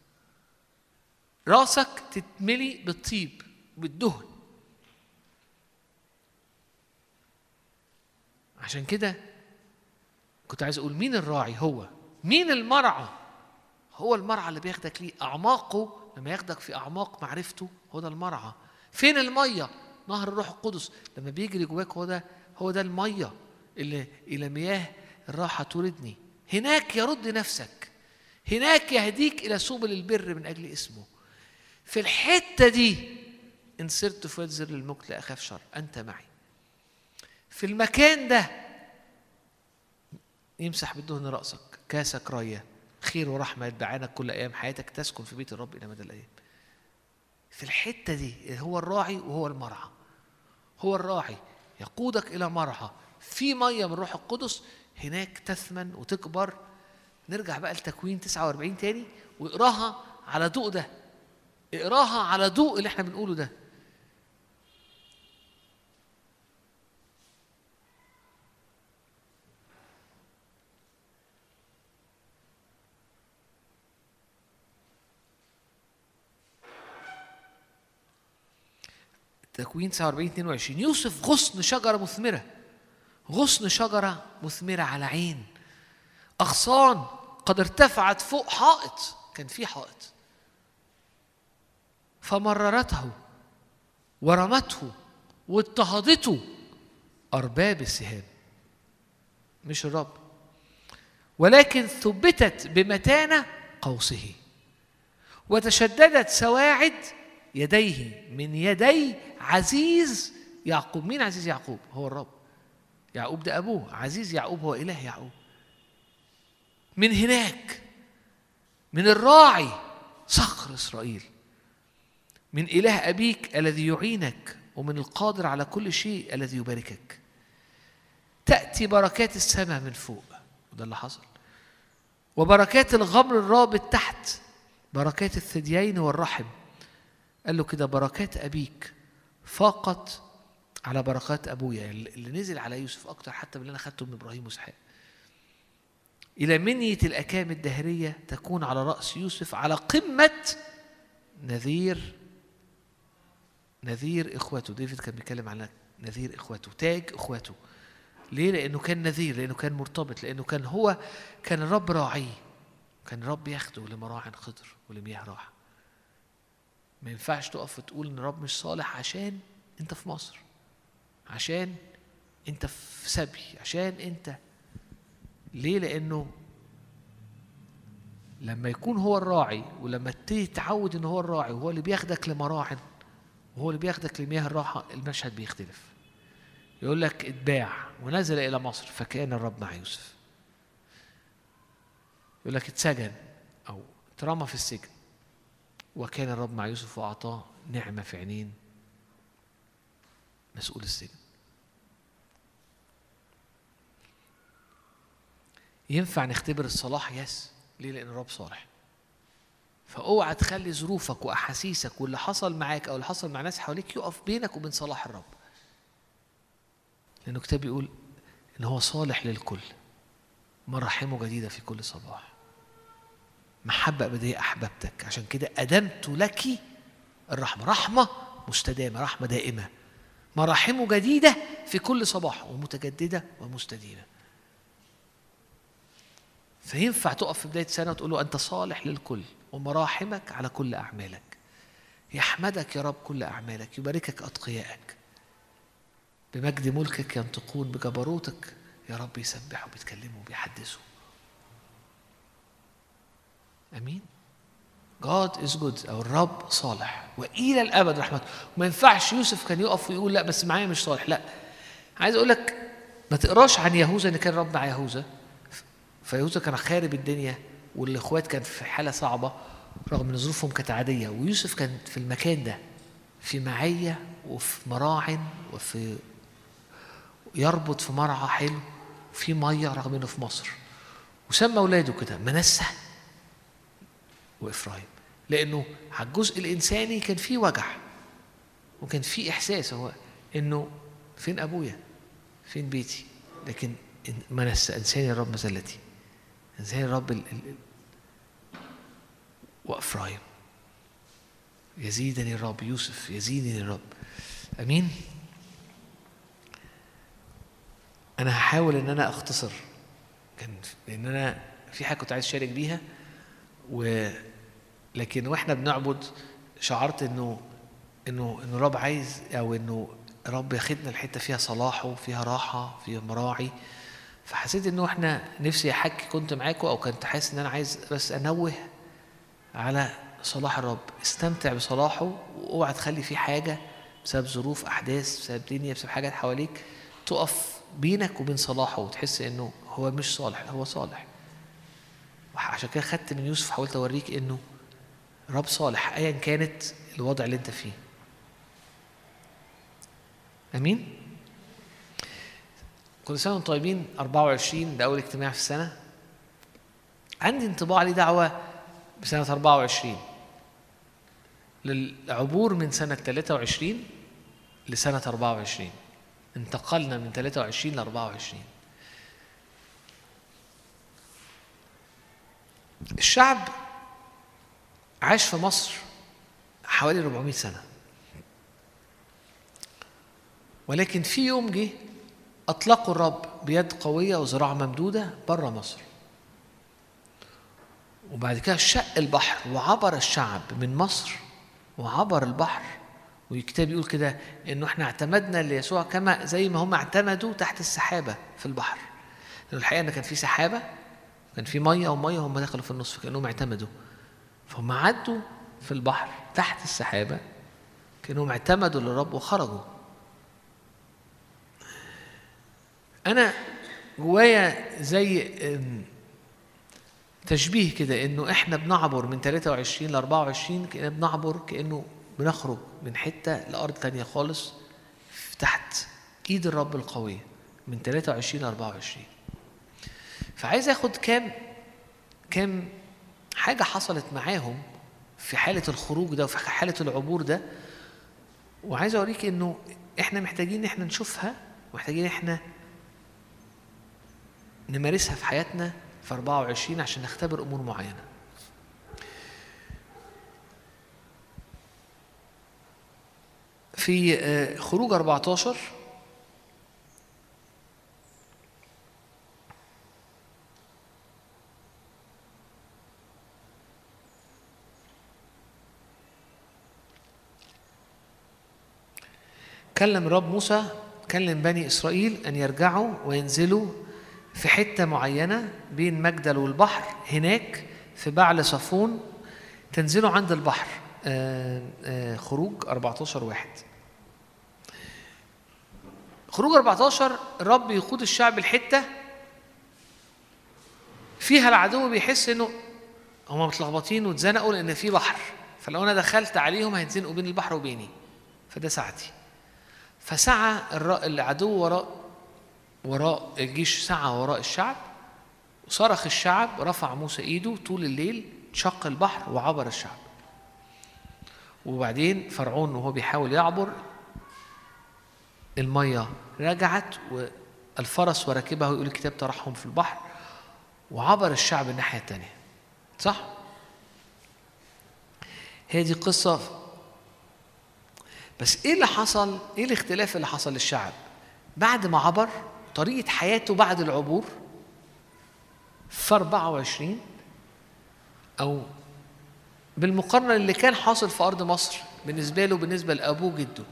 راسك تتملي بالطيب بالدهن. عشان كده كنت عايز اقول مين الراعي؟ هو. مين المرعى؟ هو المرعى اللي بياخدك ليه اعماقه. لما ياخدك في اعماق معرفته هو ده المرعى. فين الميه؟ نهر الروح القدس لما بيجري جواك هو ده الميه اللي الى مياه الراحه تردني. هناك يرد نفسك، هناك يهديك الى سبل البر من اجل اسمه. في الحته دي ان سرت في واد زر الموت لا اخاف شر، انت معي. في المكان ده يمسح بالدهن راسك، كاسك رايه، خير ورحمه يتبعانك كل ايام حياتك، تسكن في بيت الرب الى مدى الايام. في الحته دي هو الراعي وهو المرعى. هو الراعي يقودك الى مرعى في ميه من روح القدس، هناك تثمن وتكبر. نرجع بقى لتكوين 49 تاني واقراها على ضوء ده، اقراها على ضوء اللي احنا بنقوله ده. تكوين 49:22 يوسف غصن شجرة مثمرة، غصن شجرة مثمرة على عين، أغصان قد ارتفعت فوق حائط. كان في حائط فمررته ورمته واضطهدته أرباب السهام، مش الرب، ولكن ثبتت بمتانة قوسه وتشددت سواعد يديه من يدي عزيز يعقوب. مين عزيز يعقوب؟ هو الرب. يعقوب ده أبوه، عزيز يعقوب هو إله يعقوب. من هناك من الراعي صخر إسرائيل، من إله أبيك الذي يعينك، ومن القادر على كل شيء الذي يباركك. تأتي بركات السماء من فوق، وده اللي حصل، وبركات الغمر الرابط تحت، بركات الثديين والرحم. قال له كده بركات أبيك فاقت على بركات أبويا، اللي نزل على يوسف أكتر حتى من اللي أنا خدته من إبراهيم وإسحاق. إلى منية الأكام الدهرية تكون على رأس يوسف، على قمة نذير إخوته. ديفيد كان بيتكلم على نذير إخوته، تاج إخوته. ليه؟ لأنه كان نذير، لأنه كان مرتبط، لأنه كان الرب راعيه، كان الرب ياخده لمراع خضر ولمياه راحة. ما ينفعش تقف وتقول إن الرب مش صالح عشان أنت في مصر، عشان أنت في سبي، عشان أنت. ليه؟ لأنه لما يكون هو الراعي، ولما تتعود إن هو الراعي وهو اللي بياخدك لمراعٍ وهو اللي بياخدك لمياه الراحة، المشهد بيختلف. يقول لك اتباع ونزل إلى مصر فكان الرب مع يوسف. يقول لك اتسجن أو اترمى في السجن وكان الرب مع يوسف وأعطاه نعمة في عينين مسؤول السجن. ينفع نختبر الصلاح؟ يس. ليه؟ لأن الرب صالح. فاوعى تخلي ظروفك وأحاسيسك واللي حصل معاك أو اللي حصل مع ناس حواليك يقف بينك وبين صلاح الرب، لأنه الكتاب بيقول إن هو صالح للكل، مراحمه جديدة في كل صباح، محبة أبدية أحببتك، عشان كده أدمت لك الرحمة، رحمة مستدامة، رحمة دائمة، مراحمه جديدة في كل صباح ومتجددة ومستديمة. فينفع تقف في بداية سنة وتقول له أنت صالح للكل ومراحمك على كل أعمالك. يحمدك يا رب كل أعمالك، يباركك أتقيائك، بمجد ملكك ينطقون، بجبروتك يا رب يسبحوا بيتكلموا وبيحدثوا. أمين. God is good، أو الرب صالح وإلى الأبد رحمته. وما ينفعش يوسف كان يقف ويقول لا بس معايا مش صالح. لا، عايز أقول لك ما تقراش عن يهوذا إن كان الرب مع يهوذا، فيهوذا كان خارب الدنيا والإخوات كان في حالة صعبة رغم إن ظروفهم كانت عادية، ويوسف كان في المكان ده في معية وفي مراع وفي يربط في مرعى حلو وفي مية رغم إنه في مصر. وسمى أولاده كده منسى وإفرايم، لأنه على الجزء الإنساني كان فيه وجع وكان فيه إحساس هو إنه فين أبويا، فين بيتي، لكن منسى إنساني الرب مزلتي، إنساني الرب وإفرايم. يزيدني الرب، يوسف يزيدني الرب. أمين. أنا هحاول إن أنا أختصر، لأن أنا في حاجة كنت عايز أشارك بيها، لكن وإحنا بنعبد شعرت إنه الرب عايز، أو إنه الرب ياخدنا الحتة فيها صلاحه، فيها راحة، فيها مراعي. فحسيت إنه إحنا نفسي أحكي كنت معاكم، أو كنت حاسس إن أنا عايز بس أنوه على صلاح الرب. استمتع بصلاحه، واوعى تخلي فيه حاجة بسبب ظروف، أحداث، بسبب دنيا، بسبب حاجات حواليك تقف بينك وبين صلاحه وتحس إنه هو مش صالح. هو صالح. عشان كده خدت من يوسف، حاولت أوريك إنه رب صالح أيا كانت الوضع اللي أنت فيه. أمين. كل سنة وانتم طيبين. 24 ده أول اجتماع في السنة. عندي انطباع لي دعوة بسنة 24 للعبور من سنة 23 لسنة 24. انتقلنا من 23 ل 24. الشعب عاش في مصر حوالي 400 سنة، ولكن في يوم جه أطلقوا الرب بيد قوية وذراع ممدودة بره مصر، وبعد كده شق البحر وعبر الشعب من مصر وعبر البحر. والكتاب يقول كده إنه إحنا اعتمدنا ليسوع كما زي ما هم اعتمدوا تحت السحابة في البحر، لأن الحقيقة إن كان في سحابة، كان في مية ومية، هم دخلوا في النص فكأنهم اعتمدوا، فهم عدوا في البحر تحت السحابة كأنهم اعتمدوا للرب وخرجوا. أنا جوايا زي تشبيه كده إنه إحنا بنعبر من 23 ل 24، كأننا بنعبر كأنه بنخرج من حتة لأرض تانية خالص تحت إيد الرب القوية من 23 ل 24. فعايز أخد كام حاجة حصلت معاهم في حالة الخروج ده وفي حالة العبور ده، وعايز أوريك إنه إحنا محتاجين إحنا نشوفها، ومحتاجين إحنا نمارسها في حياتنا في 24 عشان نختبر أمور معينة. في خروج 14 كلم رب موسى، كلم بني إسرائيل أن يرجعوا وينزلوا في حتة معينة بين مجدل والبحر، هناك في بعل صفون تنزلوا عند البحر. خروج 14:1. خروج 14 الرب يقود الشعب الحتة فيها العدو بيحس انه هم متلخبطين واتزنقوا لان في بحر، فلو انا دخلت عليهم هيتزنقوا بين البحر وبيني، فده ساعتي. فسعى العدو وراء الجيش، سعى وراء الشعب، وصرخ الشعب، رفع موسى ايده طول الليل، شق البحر وعبر الشعب. وبعدين فرعون وهو بيحاول يعبر المية رجعت والفرس وركبه، يقول الكتاب طرحهم في البحر وعبر الشعب الناحية التانية. صح؟ هي دي قصة. بس ايه اللي حصل؟ ايه الاختلاف اللي حصل للشعب بعد ما عبر؟ طريقة حياته بعد العبور في 24 أو بالمقارنة اللي كان حاصل في أرض مصر بالنسبة له بالنسبة لأبوه جده.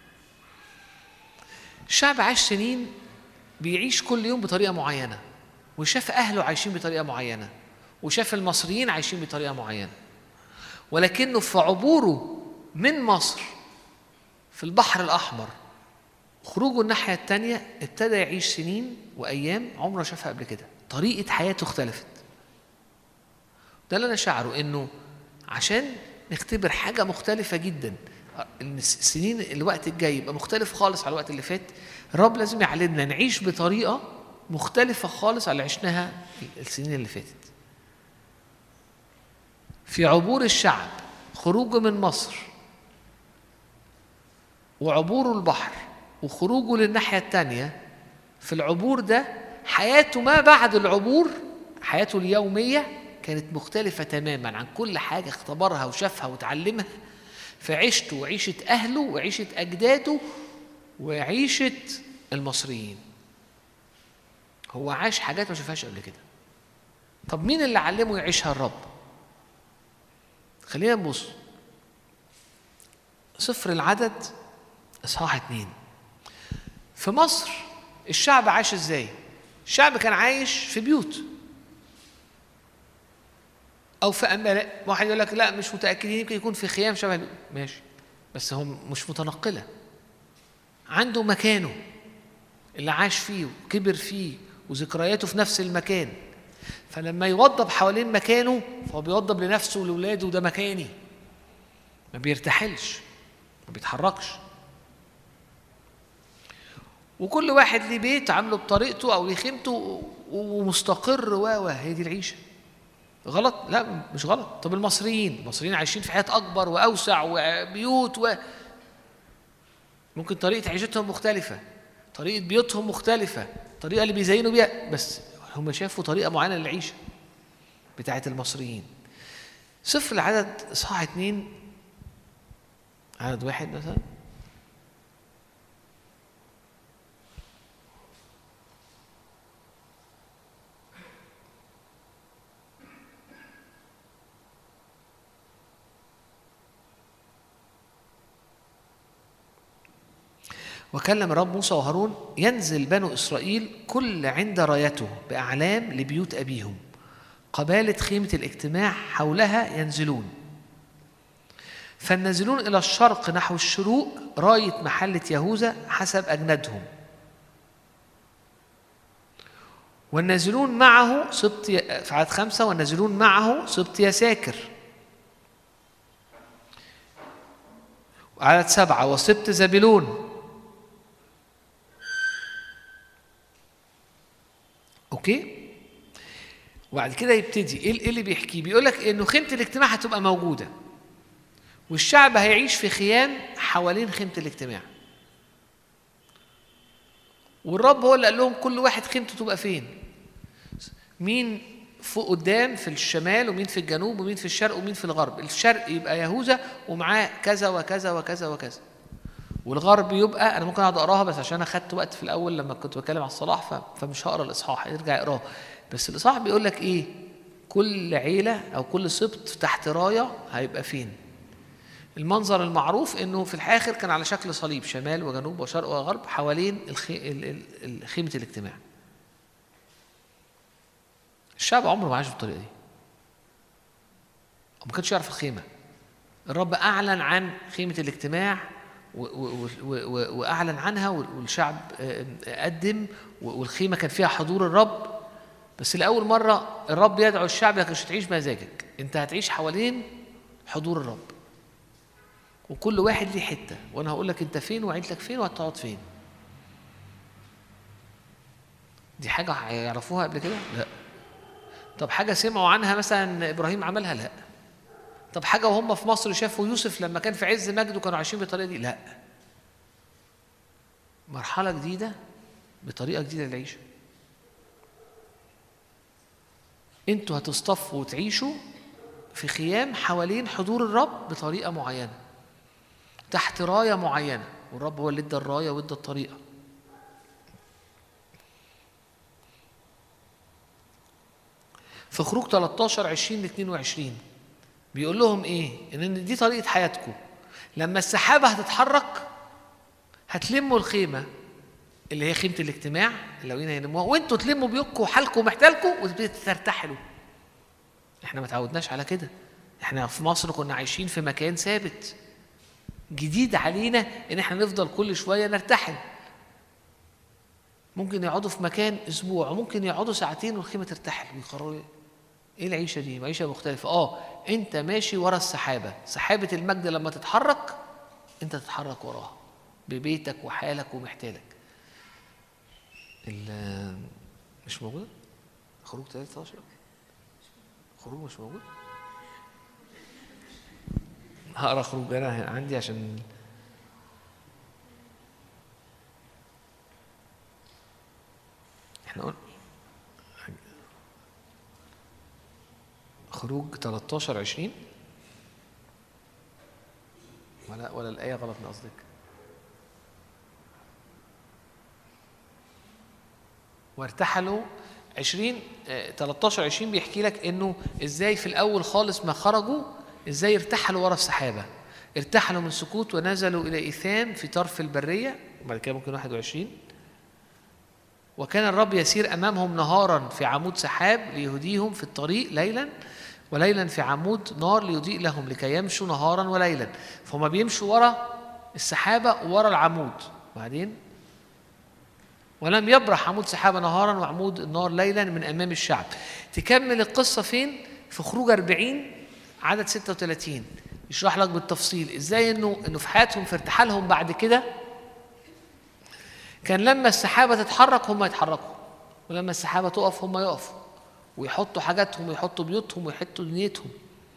الشعب عاش سنين بيعيش كل يوم بطريقة معينة، وشاف أهله عايشين بطريقة معينة، وشاف المصريين عايشين بطريقة معينة، ولكنه في عبوره من مصر في البحر الأحمر خروجه الناحية التانية ابتدى يعيش سنين وأيام عمره شافها قبل كده. طريقة حياته اختلفت. ده اللي أنا شعره، إنه عشان نختبر حاجة مختلفة جدا، إن السنين الوقت الجاي يبقى مختلف خالص على الوقت اللي فات، الرب لازم يعلمنا نعيش بطريقة مختلفة خالص على اللي عشناها السنين اللي فاتت. في عبور الشعب، خروجه من مصر وعبوره البحر وخروجه للناحية التانية، في العبور ده حياته ما بعد العبور، حياته اليومية كانت مختلفة تماما عن كل حاجة اختبرها وشافها وتعلمها في عيشته وعيشة أهله وعيشة أجداده وعيشة المصريين. هو عاش حاجات ما شافهاش قبل كده. طب مين اللي علمه يعيشها؟ الرب. خلينا نبص سفر العدد إصحاح 2. في مصر الشعب عاش ازاي؟ الشعب كان عايش في بيوت او في املاء. واحد يقول لك لا مش متاكدين، يمكن يكون في خيام شبه، ماشي، بس هم مش متنقله. عنده مكانه اللي عاش فيه وكبر فيه وذكرياته في نفس المكان، فلما يوضب حوالين مكانه فهو بيوضب لنفسه ولولاده، وده مكاني، ما بيرتحلش، ما بيتحركش. وكل واحد ليه بيت عامله بطريقته او ليه خيمته ومستقر هي دي العيشه. غلط؟ لا مش غلط. طب المصريين عايشين في حياه اكبر واوسع وبيوت ممكن طريقه عيشتهم مختلفه، طريقه بيوتهم مختلفه، الطريقه اللي بيزينوا بيها، بس هم شافوا طريقه معينه للعيشه بتاعه المصريين. سفر العدد اصحاح 2 عدد 1 مثلا. وكلم الرب موسى وهارون ينزل بنو إسرائيل كل عند رايته بأعلام لبيوت أبيهم قبالة خيمة الاجتماع حولها ينزلون، فالنازلون إلى الشرق نحو الشروق راية محلة يهوذا حسب أجنادهم، والنازلون معه سبط في عدد 5 والنازلون معه سبط يساكر. عدد 7 وسبط زبلون. اوكي. وبعد كده يبتدي ايه اللي بيحكيه؟ بيقول لك انه خيمه الاجتماع هتبقى موجوده والشعب هيعيش في خيام حوالين خيمه الاجتماع، والرب هو اللي قال لهم كل واحد خيمته تبقى فين، مين فوق قدام في الشمال ومين في الجنوب ومين في الشرق ومين في الغرب. الشرق يبقى يهوذا ومعاه كذا وكذا وكذا وكذا، والغرب يبقى، انا ممكن اقعد اقراها بس عشان اخدت وقت في الاول لما كنت بتكلم على الصلاح فمش هقرا الاصحاح، ارجع اقراه. بس الاصحاح بيقول لك ايه؟ كل عيله او كل سبط تحت رايه هيبقى فين. المنظر المعروف انه في الاخر كان على شكل صليب، شمال وجنوب وشرق وغرب حوالين خيمه الاجتماع. الشعب عمره ما عاش بالطريقه دي، وما كانش يعرف الخيمه. الرب اعلن عن خيمه الاجتماع واعلن عنها، والشعب قدم، والخيمه كان فيها حضور الرب. بس لاول مره الرب يدعو الشعب لك مش هتعيش مزاجك، انت هتعيش حوالين حضور الرب، وكل واحد ليه حته، وانا هقول لك انت فين وعيلتك فين وهتقعد فين. دي حاجه هيعرفوها قبل كده؟ لا. طب حاجه سمعوا عنها مثلا ابراهيم عملها؟ لا. طب حاجه وهم في مصر شافوا يوسف لما كان في عز مجده كانوا عايشين بالطريقه دي؟ لا. مرحله جديده بطريقه جديده للعيشه. انتوا هتصطفوا وتعيشوا في خيام حوالين حضور الرب بطريقه معينه، تحت رايه معينه، والرب هو اللي ادى الرايه وادى الطريقه. في خروج 13:20-22 بيقول لهم ايه؟ ان دي طريقه حياتكم. لما السحابه هتتحرك هتلموا الخيمه اللي هي خيمه الاجتماع اللي يلموها، وانتوا تلموا بيوتكم وحالكم ومحتالكم وتبتدوا ترتحلوا. احنا ما تعودناش على كده. احنا في مصر كنا عايشين في مكان ثابت، جديد علينا ان احنا نفضل كل شويه نرتحل. ممكن يقعدوا في مكان اسبوع وممكن يقعدوا ساعتين والخيمه ترتحل، ويقرروا ايه العيشه دي؟ عيشه مختلفه. انت ماشي ورا السحابه، سحابه المجد لما تتحرك انت تتحرك وراها ببيتك وحالك ومحتالك. مش موجود؟ خروج 13 خروج مش موجود؟ هقرا خروج انا عندي عشان احنا قلنا خروج 13:20 ولا الآية غلط من قصدك؟ وارتحلوا 13:20 بيحكي لك انه ازاي في الاول خالص ما خرجوا ازاي ارتحلوا ورا السحابه. ارتحلوا من سكوت ونزلوا الى ايثام في طرف البريه. وبعد كده ممكن 21 وكان الرب يسير امامهم نهارا في عمود سحاب ليهديهم في الطريق ليلا، وليلا في عمود نار ليضيء لهم لكي يمشوا نهارا وليلا. فهم بيمشوا ورا السحابه وورا العمود. بعدين ولم يبرح عمود سحابه نهارا وعمود النار ليلا من امام الشعب. تكمل القصه فين؟ في خروج 40 عدد 36 يشرح لك بالتفصيل ازاي انه في حياتهم في ارتحالهم بعد كده كان لما السحابه تتحرك هم يتحركوا، ولما السحابه تقف هم يقفوا، ويحطوا حاجاتهم ويحطوا بيوتهم ويحطوا دنيتهم.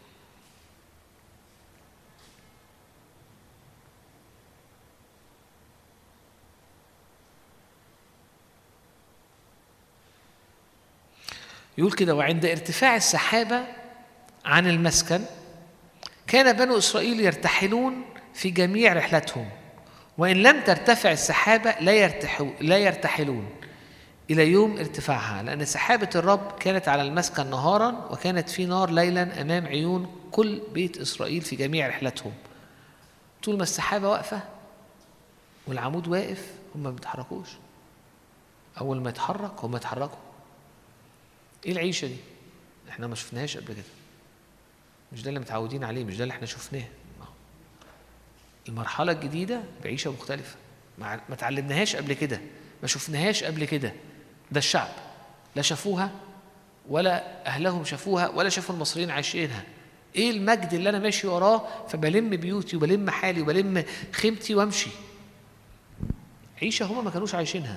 يقول كده: وعند ارتفاع السحابة عن المسكن كان بنو إسرائيل يرتحلون في جميع رحلتهم، وإن لم ترتفع السحابة لا يرتحلون إلى يوم ارتفاعها، لأن سحابة الرب كانت على المسكن نهارا وكانت في نار ليلا أمام عيون كل بيت إسرائيل في جميع رحلتهم. طول ما السحابة واقفة والعمود واقف هم ما بيتحركوش، أول ما يتحرك هم يتحركوا. ايه العيشه دي؟ احنا ما شفناهاش قبل كده، مش ده اللي متعودين عليه، مش ده اللي احنا شفناه. المرحله الجديده بعيشه مختلفه، ما تعلمناهاش قبل كده، ما شفناهاش قبل كده. ده الشعب لا شافوها ولا أهلهم شافوها ولا شافوا المصريين عايشينها. إيه المجد اللي أنا ماشي وراه فبلم بيوتي وبلم حالي وبلم خيمتي وامشي؟ عيشة هما ما كانوش عايشينها.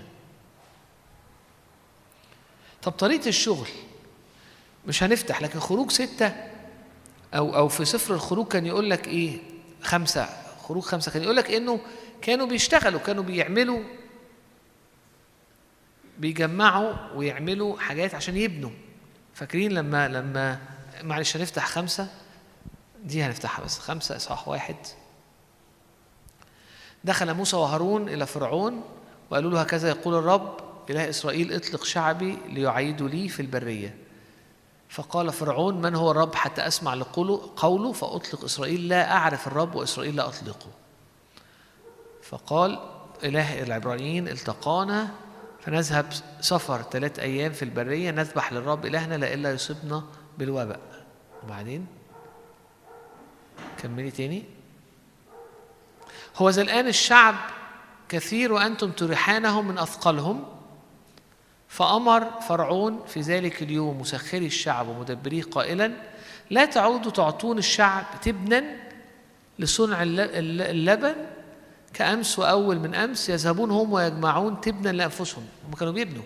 طب طريقة الشغل مش هنفتح، لكن خروج 6 أو في سفر الخروج كان يقول لك إيه 5، خروج 5 كان يقول لك إنه كانوا بيشتغلوا، كانوا بيعملوا، بيجمعوا ويعملوا حاجات عشان يبنوا. فاكرين لما معلش هنفتح 5 دي، هنفتحها بس 5 إصحاح 1. دخل موسى وهارون إلى فرعون وقالوا له هكذا يقول الرب إله إسرائيل اطلق شعبي ليعيدوا لي في البرية. فقال فرعون من هو الرب حتى أسمع قوله فأطلق إسرائيل؟ لا أعرف الرب وإسرائيل لا أطلقه. فقال إله العبرانيين التقانا فنذهب سفر 3 أيام في البرية نذبح للرب إلهنا لئلا يصيبنا بالوباء. وبعدين كملي تاني. هو ذا الآن الشعب كثير وأنتم تريحانهم من أثقالهم. فأمر فرعون في ذلك اليوم مسخري الشعب ومدبريه قائلا لا تعودوا تعطون الشعب تبنا لصنع اللبن كأمس وأول من أمس، يذهبون هم ويجمعون تبنا لأنفسهم. هم كانوا بيبنوا،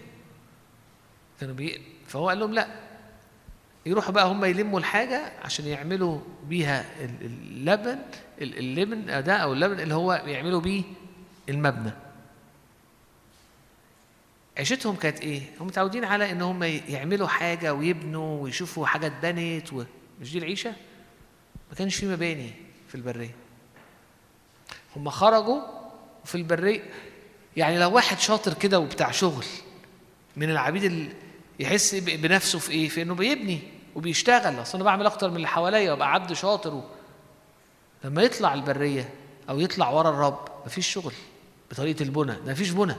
فهو قال لهم لا، يروحوا بقى هم يلموا الحاجة عشان يعملوا بيها اللبن ده أو اللبن اللي هو يعملوا بيه المبنى. عيشتهم كانت إيه؟ هم متعودين على إن هم يعملوا حاجة ويبنوا ويشوفوا حاجة اتبنت مش دي العيشة؟ ما كانش في مباني في البرية. هم خرجوا في البرية، يعني لو واحد شاطر كده وبتاع شغل من العبيد يحس بنفسه في إيه؟ في إنه بيبني وبيشتغل. أصل أنا بعمل أكتر من اللي حواليا وأبقى عبد شاطر. لما يطلع البرية أو يطلع ورا الرب مفيش شغل بطريقة البنى، ده مفيش بنى.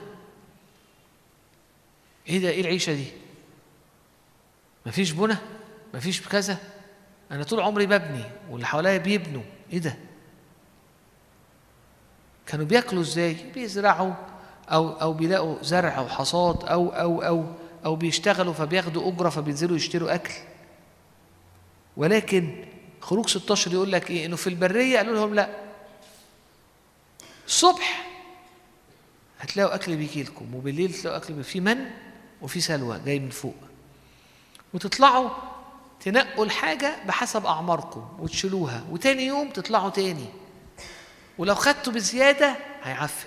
إيه ده؟ إيه العيشة دي؟ مفيش بنى، مفيش كذا. أنا طول عمري ببني واللي حواليا بيبنوا. إيه ده؟ كانوا بياكلوا إزاي؟ بيزرعوا أو بيلاقوا زرع أو حصاد أو بيشتغلوا فبياخدوا أجرة فبينزلوا يشتروا أكل. ولكن خروج 16 يقول لك إيه؟ إنه في البرية قالوا لهم لا، الصبح هتلاقوا أكل بيجي لكم وبالليل تلاقوا أكل في من وفي سلوى جاي من فوق، وتطلعوا تنقوا الحاجة بحسب أعماركم وتشيلوها، وتاني يوم تطلعوا تاني، ولو خدتوا بزيادة هيعفن،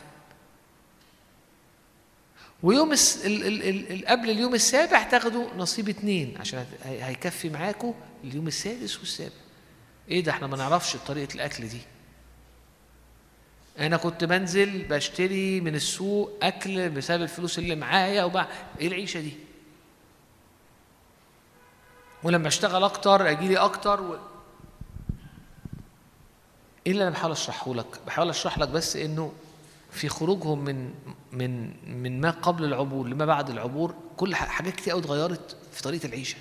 ويوم قبل اليوم السابع تاخدوا نصيب 2 عشان هيكفي معاكم اليوم السادس والسابع. ايه ده؟ احنا ما نعرفش طريقة الأكل دي. أنا كنت بنزل بشتري من السوق أكل بسبب الفلوس اللي معايا إيه العيشة دي؟ ولما أشتغل أكتر أجيلي أكتر إيه اللي أنا بحاول أشرحه لك؟ بحاول أشرح لك بس إنه في خروجهم من ما قبل العبور لما بعد العبور كل حاجات كتير قوي اتغيرت في طريقة العيشة.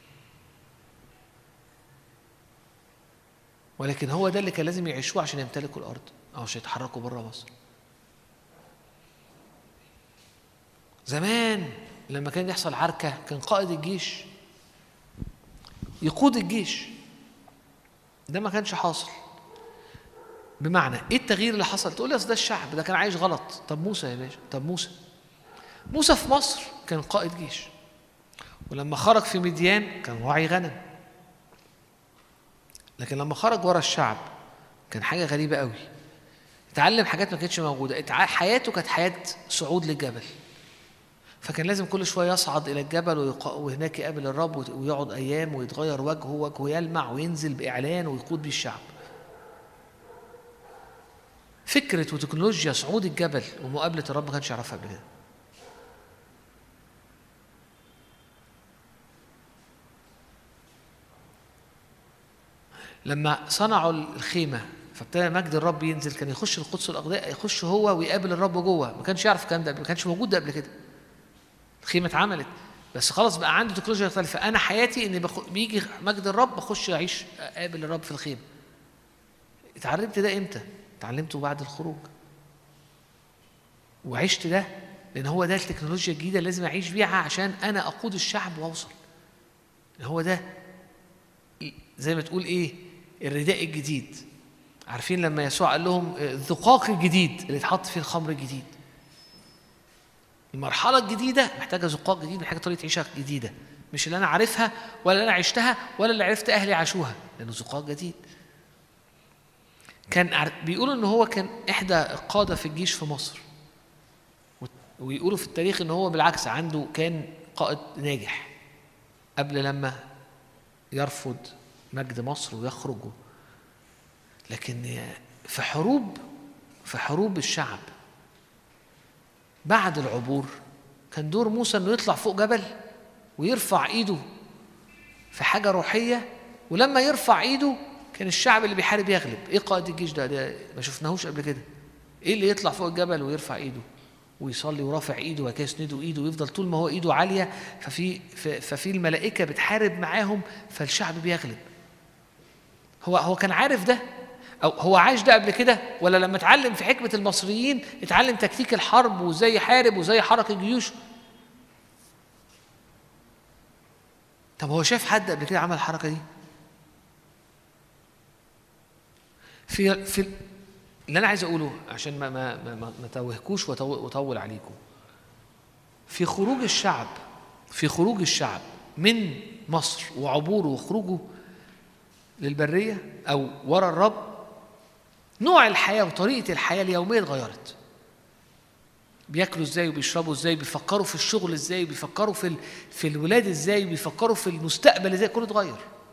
ولكن هو ده اللي كان لازم يعيشوه عشان يمتلكوا الأرض أو عشان يتحركوا بره مصر. زمان لما كان يحصل عركة كان قائد الجيش يقود الجيش. ده ما كانش حاصل. بمعنى ايه التغيير اللي حصل؟ تقول لي اصل ده الشعب ده كان عايش غلط. طب موسى يا باشا، طب موسى في مصر كان قائد جيش، ولما خرج في مديان كان راعي غنم. لكن لما خرج ورا الشعب كان حاجة غريبة قوي. اتعلم حاجات ما كانتش موجودة. حياته كانت حياة صعود للجبل، فكان لازم كل شوية يصعد إلى الجبل وهناك يقابل الرب ويقعد أيام ويتغير وجهه يلمع وينزل بإعلان ويقود بيه الشعب. فكرة وتكنولوجيا صعود الجبل ومقابلة الرب ما كانش يعرفها قبل كده. لما صنعوا الخيمة فابتدى مجد الرب ينزل، كان يخش القدس الأقداء، يخش هو ويقابل الرب جوه. ما كانش يعرف الكلام ده، ما كانش موجود ده قبل كده. الخيمة اتعملت بس خلاص بقى عنده تكنولوجيا مختلفة. أنا حياتي إني بيجي مجد الرب بخش أعيش أقابل الرب في الخيمة. اتعلمت ده إمتى؟ اتعلمته بعد الخروج، وعشت ده لأن هو ده التكنولوجيا الجديدة اللي لازم أعيش بيها عشان أنا أقود الشعب وأوصل. هو ده زي ما تقول إيه، الرداء الجديد. عارفين لما يسوع قال لهم الذقاق الجديد اللي اتحط فيه الخمر الجديد، المرحلة الجديدة محتاجة ذقاق جديد، محتاجة طريقة عيشة جديدة، مش اللي أنا عارفها ولا اللي أنا عشتها ولا اللي عرفت أهلي عاشوها، لأنه ذقاق جديد. كان بيقولوا إن هو كان إحدى القادة في الجيش في مصر، ويقولوا في التاريخ إن هو بالعكس عنده كان قائد ناجح قبل لما يرفض مجد مصر ويخرج. لكن في حروب الشعب بعد العبور كان دور موسى إنه يطلع فوق جبل ويرفع إيده في حاجة روحية، ولما يرفع إيده كان الشعب اللي بيحارب يغلب. إيه قائد الجيش ده ما شفناهوش قبل كده. إيه اللي يطلع فوق الجبل ويرفع إيده ويصلي ورافع إيده وكده يسنده إيده ويفضل طول ما هو إيده عالية، ففي الملائكة بتحارب معاهم فالشعب بيغلب. هو كان عارف ده، أو هو عاش ده قبل كده، ولا لما اتعلم في حكمة المصريين اتعلم تكتيك الحرب وازاي يحارب وازاي يحرك الجيوش؟ طب هو شاف حد قبل كده عمل الحركة دي؟ في اللي أنا عايز أقوله عشان ما توهكوش وطول عليكم، في خروج الشعب من مصر وعبوره وخروجه للبرية أو ورا الرب، نوع الحياة وطريقة الحياة اليومية اتغيرت. بياكلوا ازاي وبيشربوا ازاي، بيفكروا في الشغل ازاي، بيفكروا في الولاد ازاي، بيفكروا في المستقبل ازاي، كله اتغير.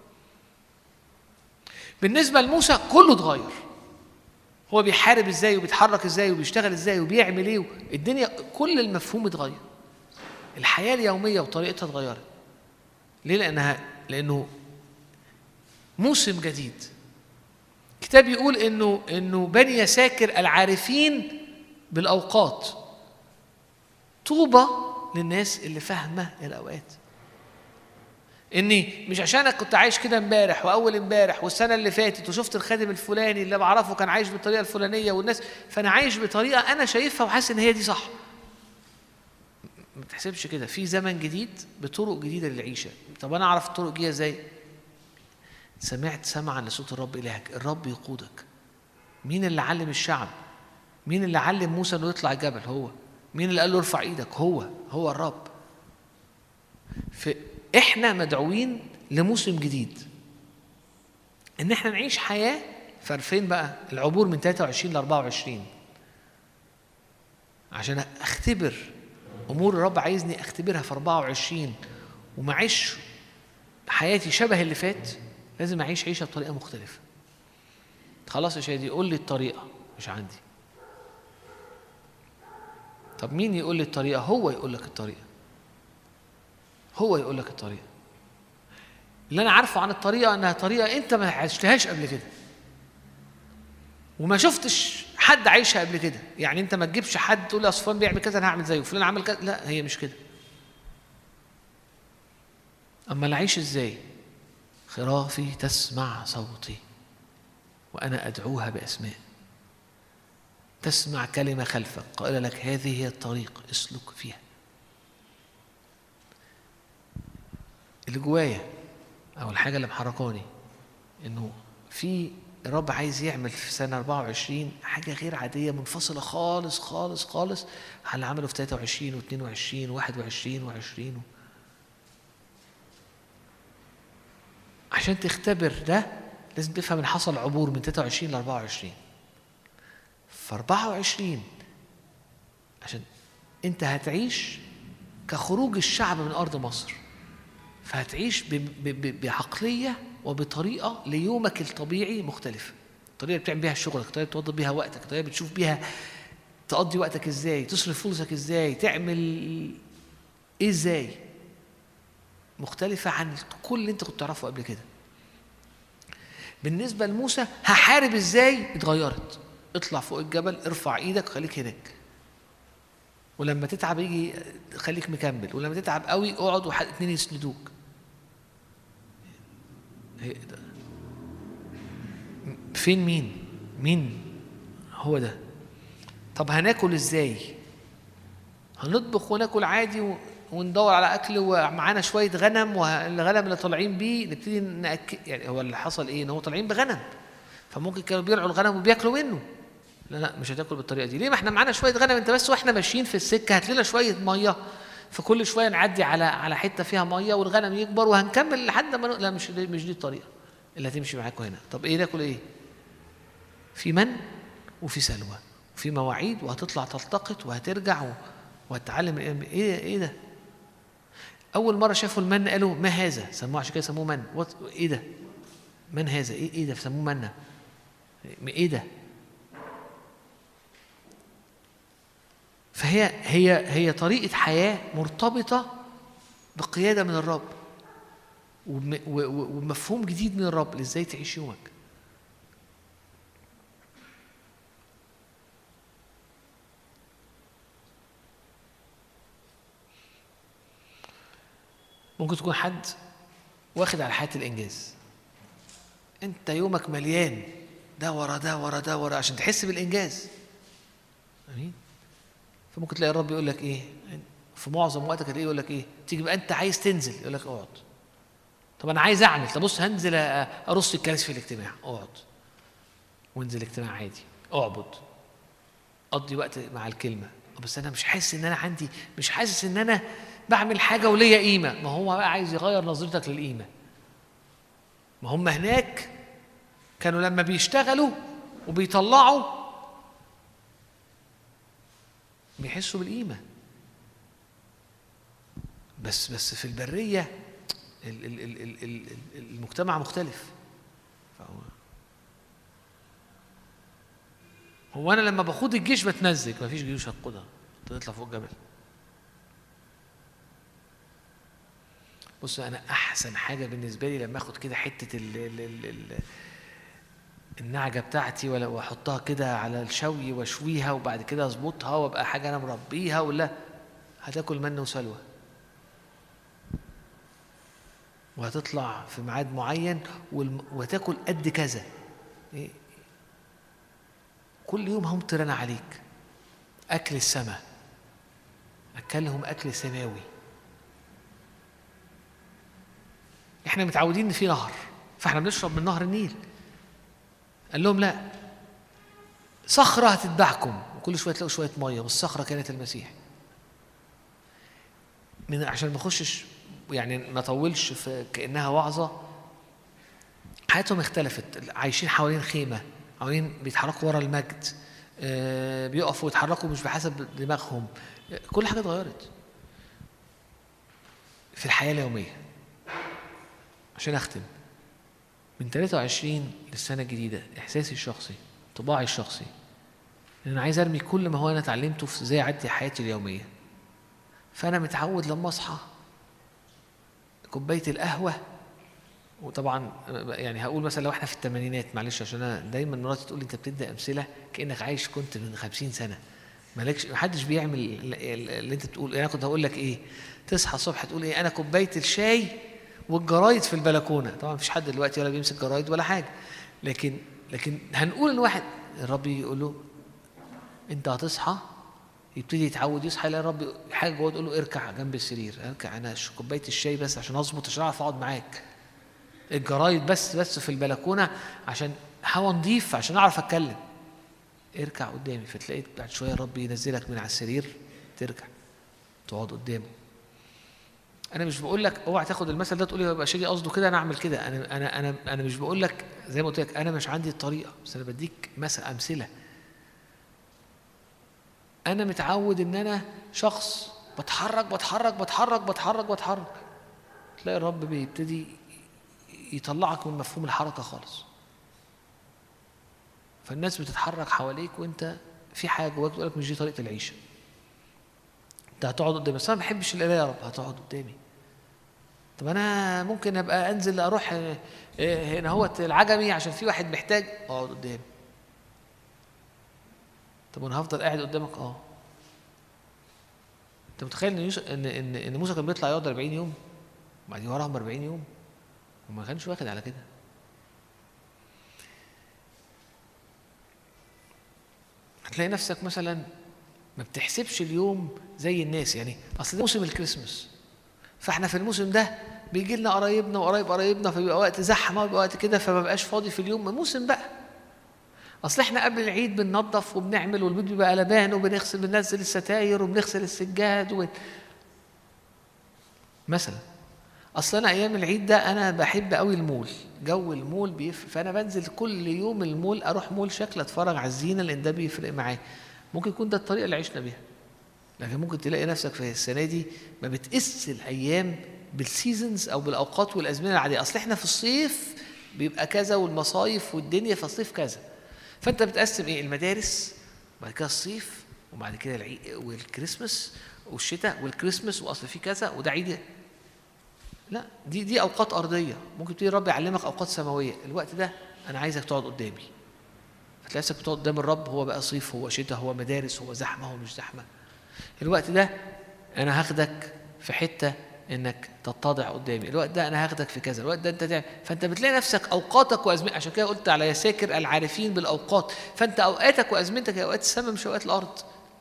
بالنسبة لموسى كله اتغير، هو بيحارب ازاي وبيتحرك ازاي وبيشتغل ازاي وبيعمل ايه، الدنيا كل المفهوم اتغير، الحياة اليومية وطريقتها اتغيرت. ليه؟ لأنه موسم جديد. الكتاب يقول إنه بني يساكر العارفين بالأوقات، طوبى للناس اللي فاهمة الأوقات. إني مش عشان أنا كنت عايش كده امبارح وأول امبارح والسنة اللي فاتت وشفت الخادم الفلاني اللي بعرفه كان عايش بالطريقة الفلانية والناس، فأنا عايش بطريقة أنا شايفها وحاسس إن هي دي صح. ما تحسبش كده، في زمن جديد بطرق جديدة للعيشة. طب أنا أعرف الطرق دي إزاي؟ سمعا لصوت الرب إلهك، الرب يقودك. مين اللي علم الشعب؟ مين اللي علم موسى إنه يطلع الجبل؟ هو. مين اللي قال له ارفع إيدك؟ هو الرب. فإحنا مدعوين لموسم جديد، إن إحنا نعيش حياة. فين بقى العبور من 23 ل 24 عشان أختبر أمور الرب عايزني أختبرها في 24 وما أعيش حياتي شبه اللي فات. لازم أعيش عيشة بطريقة مختلفة. خلاص يا شادي قول لي الطريقة، مش عندي. طب مين يقول لي الطريقة؟ هو يقول لك الطريقة. اللي أنا عارفه عن الطريقة أنها طريقة أنت ما عشتهاش قبل كده وما شفتش حد عايشها قبل كده. يعني أنت ما تجيبش حد تقول لي أصل فلان بيعمل كذا أنا هعمل زيه، فلان عمل كذا. لا، هي مش كده. أما اللي أعيش إزاي؟ خرافي تسمع صوتي وأنا أدعوها بأسماء. تسمع كلمة خلفك قائلة لك هذه هي الطريق اسلك فيها. اللي جوايا أو الحاجة اللي محركاني إنه في الرب عايز يعمل في سنة 24 حاجة غير عادية، منفصلة خالص خالص خالص عن اللي عمله في 23 و22 و21 و20. عشان تختبر ده لازم تفهم ان حصل عبور من 23 ل 24. في 24 عشان انت هتعيش كخروج الشعب من ارض مصر، فهتعيش بعقليه وبطريقه ليومك الطبيعي مختلفه. الطريقه اللي بتعمل بيها شغلك، الطريقه اللي بتوظف بيها وقتك، الطريقه اللي بتشوف بيها تقضي وقتك ازاي، تصرف فلوسك ازاي، تعمل ايه ازاي، مختلفة عن كل اللي انت كنت تعرفه قبل كده. بالنسبة لموسى هحارب ازاي اتغيرت. اطلع فوق الجبل، ارفع ايدك، خليك هناك، ولما تتعب يجي خليك مكمل، ولما تتعب قوي اقعد وحد اتنين يسندوك. فين مين هو ده؟ طب هناكل ازاي؟ هنطبخ وناكل عادي وندور على اكل ومعانا شويه غنم، والغنم اللي طالعين بيه نبتدي ناكل. يعني هو اللي حصل ايه؟ ان هو طالعين بغنم، فممكن كانوا بيرعوا الغنم وبياكلوا منه. لا مش هتاكل بالطريقه دي. ليه؟ ما احنا معانا شويه غنم انت بس، واحنا ماشيين في السكه هات لنا شويه ميه، فكل شويه نعدي على حته فيها ميه والغنم يكبر وهنكمل لحد ما لا مش دي الطريقه اللي هتمشي معاكم هنا. طب ايه ناكل ايه؟ في من وفي سلوى وفي مواعيد، وهتطلع تلتقط وهترجع وهتتعلم ايه ده. اول مره شافوا المن قالوا ما هذا، سموه عشان كده سموه من. ايه ده؟ من هذا؟ ايه ده؟ سموه منا. ايه ده؟ فهي طريقه حياه مرتبطه بقياده من الرب ومفهوم جديد من الرب لازاي تعيش يومك. ممكن تكون حد واخد على حياة الإنجاز، أنت يومك مليان ده ورا ده ورا ده ورا عشان تحس بالإنجاز. أمين. فممكن تلاقي الرب يقول لك إيه في معظم وقتك، هتلاقيه يقول لك إيه؟ تيجي بقى أنت عايز تنزل يقول لك اقعد. طب أنا عايز أعمل، طب بص هنزل أرص الكراسي في الاجتماع، اقعد وانزل اجتماع عادي، اعبد، قضي وقت مع الكلمة. بس أنا مش حاسس إن أنا عندي، مش حاسس إن أنا بعمل حاجة وليا قيمة. ما هو بقى عايز يغير نظرتك للقيمة. ما هم هناك كانوا لما بيشتغلوا وبيطلعوا بيحسوا بالقيمة، بس في البرية المجتمع مختلف. هو أنا لما باخد الجيش بتمزج، مفيش جيوش هتقودها، تطلع فوق الجبل. بص أنا أحسن حاجة بالنسبة لي لما أخد كده حتة النعجة بتاعتي وأحطها كده على الشوي وأشويها وبعد كده أظبطها وأبقى حاجة أنا مربيها، ولا هتاكل من وسلوى وهتطلع في ميعاد معين وتاكل قد كذا. كل يوم همطر أنا عليك أكل السماء، أكلهم أكل سماوي. إحنا متعودين إن في نهر فإحنا بنشرب من نهر النيل. قال لهم لا، صخرة هتتبعكم، وكل شوية تلاقوا شوية مية، والصخرة كانت المسيح. عشان ما اخشش يعني ما اطولش في كأنها وعظة. حياتهم اختلفت، عايشين حوالين خيمة، حوالين بيتحركوا ورا المجد، بيقفوا ويتحركوا مش بحسب دماغهم. كل حاجة اتغيرت في الحياة اليومية. عشان أختم، من 23 للسنة الجديدة إحساسي الشخصي، طباعي الشخصي، إن أنا عايز أرمي كل ما هو أنا اتعلمته في إزاي أعدي حياتي اليومية. فأنا متعود لما أصحى كوباية القهوة. وطبعا يعني هقول مثلا لو احنا في الثمانينات، معلش عشان أنا دايما مراتي تقول لي أنت بتدي أمثلة كأنك عايش كنت من 50 سنة. مالكش، محدش بيعمل اللي أنت بتقول. أنا كنت هقول لك إيه؟ تصحى الصبح تقول إيه؟ أنا كوباية الشاي والجرايد في البلكونه. طبعا مفيش حد دلوقتي ولا بيمسك جرايد ولا حاجه، لكن هنقول الواحد الرب يقول له انت هتصحى، يبتدي يتعود يصحى يلاقي الرب حاجه جوه تقول له اركع جنب السرير، اركع انا كوبايه الشاي بس عشان اظبط عشان اعرف اقعد معاك، الجرايد بس في البلكونه عشان هوا نضيف عشان اعرف اتكلم، اركع قدامي. فتلاقي بعد شويه الرب ينزلك من على السرير تركع تقعد قدامه. انا مش بقول لك اوعى تاخد المثل ده تقول لي يبقى شيلي قصده كده انا اعمل كده. انا مش بقول لك زي ما قلت لك، انا مش عندي الطريقه، بس انا بديك مثلا امثله. انا متعود ان انا شخص بتحرك بتحرك بتحرك بتحرك بتحرك، تلاقي الرب بيبتدي يطلعك من مفهوم الحركه خالص. فالناس بتتحرك حواليك وانت في حاجه جواك تقول لك مش دي طريقه العيشه. انت هتقعد قدامي، بس انا ما بحبش القرايه يا رب، هتقعد قدامي. طب انا ممكن ابقى انزل اروح هنا هوت العجمي عشان في واحد محتاج، اقعد قدامي. طب وانا هفضل قاعد قدامك؟ انت متخيل ان موسى كان بيطلع يقعد 40 يوم وبعدين وراهم 40 يوم وما كانش واخد على كده. هتلاقي نفسك مثلا ما بتحسبش اليوم زي الناس. يعني اصل ده موسم الكريسماس، فاحنا في الموسم ده بيجي لنا قرايبنا وقرايب قرايبنا، فبيبقى وقت زحمه وبيبقى وقت كده، فما بقاش فاضي في اليوم. موسم بقى، اصل احنا قبل العيد بننظف وبنعمل والبيت بيبقى قلبان وبنغسل، بننزل الستاير وبنغسل السجاد مثلا. اصل انا ايام العيد ده انا بحب قوي المول، جو المول بيفرق، فانا بنزل كل يوم المول، اروح مول شكل اتفرج على الزينه لان ده بيفرق معايا. ممكن يكون ده الطريقه اللي عشنا بيها، لكن ممكن تلاقي نفسك في السنه دي ما بتقيس الايام بالسيزونز او بالاوقات والازمنه العاديه. اصل احنا في الصيف بيبقى كذا والمصايف والدنيا في الصيف كذا، فانت بتقسم ايه؟ المدارس، وبعد كده الصيف، وبعد كده العيد والكريسماس والشتاء والكريسماس، واصل في كذا وده عيد. لا، دي اوقات ارضيه. ممكن تبتدي الرب يعلمك اوقات سماويه. الوقت ده انا عايزك تقعد قدامي، فتلاقي نفسك بتقعد قدام الرب، هو بقى صيف هو شتاء هو مدارس هو زحمه هو مش زحمه. الوقت ده انا هاخدك في حته انك تتضع قدامي، الوقت ده انا هاخدك في كذا، الوقت ده انت تعمل. فانت بتلاقي نفسك اوقاتك وازمنتك. عشان كده قلت على يساكر العارفين بالاوقات. فانت اوقاتك وازمنتك هي اوقات السماء مش اوقات الارض.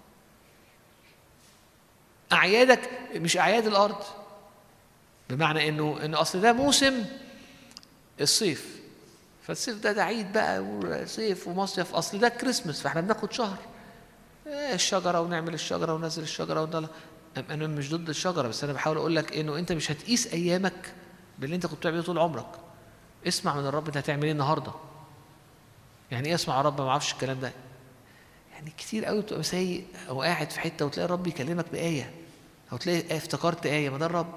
اعيادك مش اعياد الارض، بمعنى انه اصل ده موسم الصيف، فالصيف ده عيد بقى وصيف ومصيف. اصل ده كريسماس، فاحنا بناخد شهر الشجره ونعمل الشجره وننزل الشجره ونطلع. انا مش ضد الشجره، بس انا بحاول اقول لك انه انت مش هتقيس ايامك باللي انت كنت بتعمله طول عمرك. اسمع من الرب انت هتعمل ايه النهارده. يعني ايه اسمع الرب؟ ما اعرفش الكلام ده. يعني كتير قوي بتبقى سايق او قاعد في حته وتلاقي الرب يكلمك بايه، او تلاقي افتكرت ايه، ما ده الرب.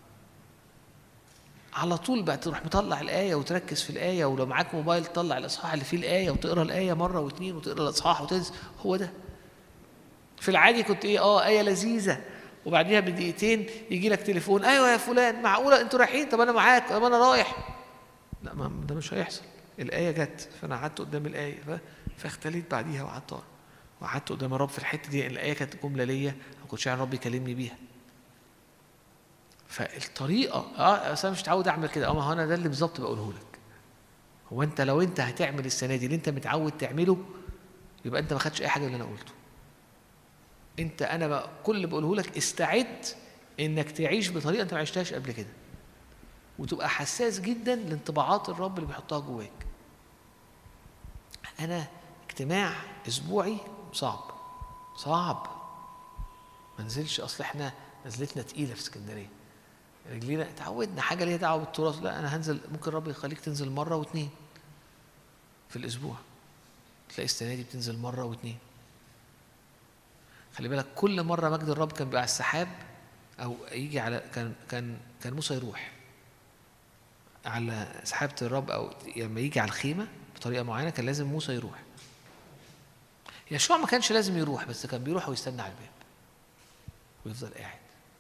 على طول بقى تروح مطلع الآية وتركز في الآية، ولو معاك موبايل تطلع الإصحاح اللي فيه الآية وتقرأ الآية مرة واثنين وتقرأ الإصحاح وتنسى. هو ده. في العادي كنت آية لذيذة، وبعديها بدقيقتين يجي لك تليفون، أيوة يا فلان معقولة أنتوا رايحين؟ طب أنا معاك، طب أنا رايح. لا، ما ده مش هيحصل. الآية جت، فأنا قعدت قدام الآية، فاختليت بعديها وقعدت قدام الرب في الحتة دي. الآية كانت جملة ليا ما كنتش عارف الرب يكلمني بيها. فالطريقه انا مش متعود اعمل كده. ما هو انا ده اللي بالظبط بقوله لك. هو انت لو انت هتعمل السنه دي اللي انت متعود تعمله، يبقى انت ما خدتش اي حاجه من اللي انا قلته. انا بقى كل اللي بقوله لك استعد انك تعيش بطريقه انت ما عشتهاش قبل كده، وتبقى حساس جدا لانطباعات الرب اللي بيحطها جواك. انا اجتماع اسبوعي صعب ما نزلش. اصل احنا نزلتنا تقيله في اسكندريه، رجلينا اتعودنا حاجه ليها دعوه بالتراث. لا، انا هنزل، ممكن الرب يخليك تنزل مره واثنين في الاسبوع، تلاقي السنه دي بتنزل مره واثنين. خلي بالك كل مره مجد الرب كان بيبقى على السحاب، او يجي على كان موسى يروح على سحابه الرب، او لما يجي على الخيمه بطريقه معينه كان لازم موسى يروح. يشوع ما كانش لازم يروح، بس كان بيروح ويستنى على الباب ويفضل قاعد.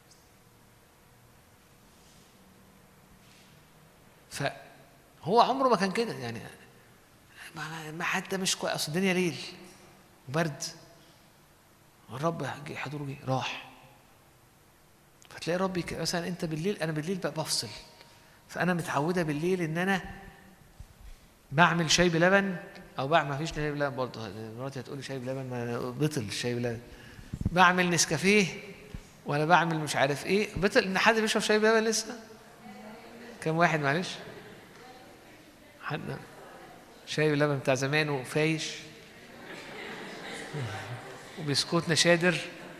فهو عمره ما كان كده. يعني ما حتى مش كويس، اصل الدنيا ليل وبرد، الرب حضوره جه راح. فتلاقي الرب مثلا انت بالليل، انا بالليل بقى بفصل، فانا متعوده بالليل ان انا بعمل شاي بلبن، او ما فيش شاي بلبن برضه، مراتي هتقول لي شاي بلبن، ما بطل الشاي بلبن. بعمل نسكافيه ولا بعمل مش عارف ايه، بطل. ان حد بيشرب شاي بلبن لسه؟ كم واحد معلش؟ حد شاي بلبن بتاع زمان وفايش وبسكوت نشادر،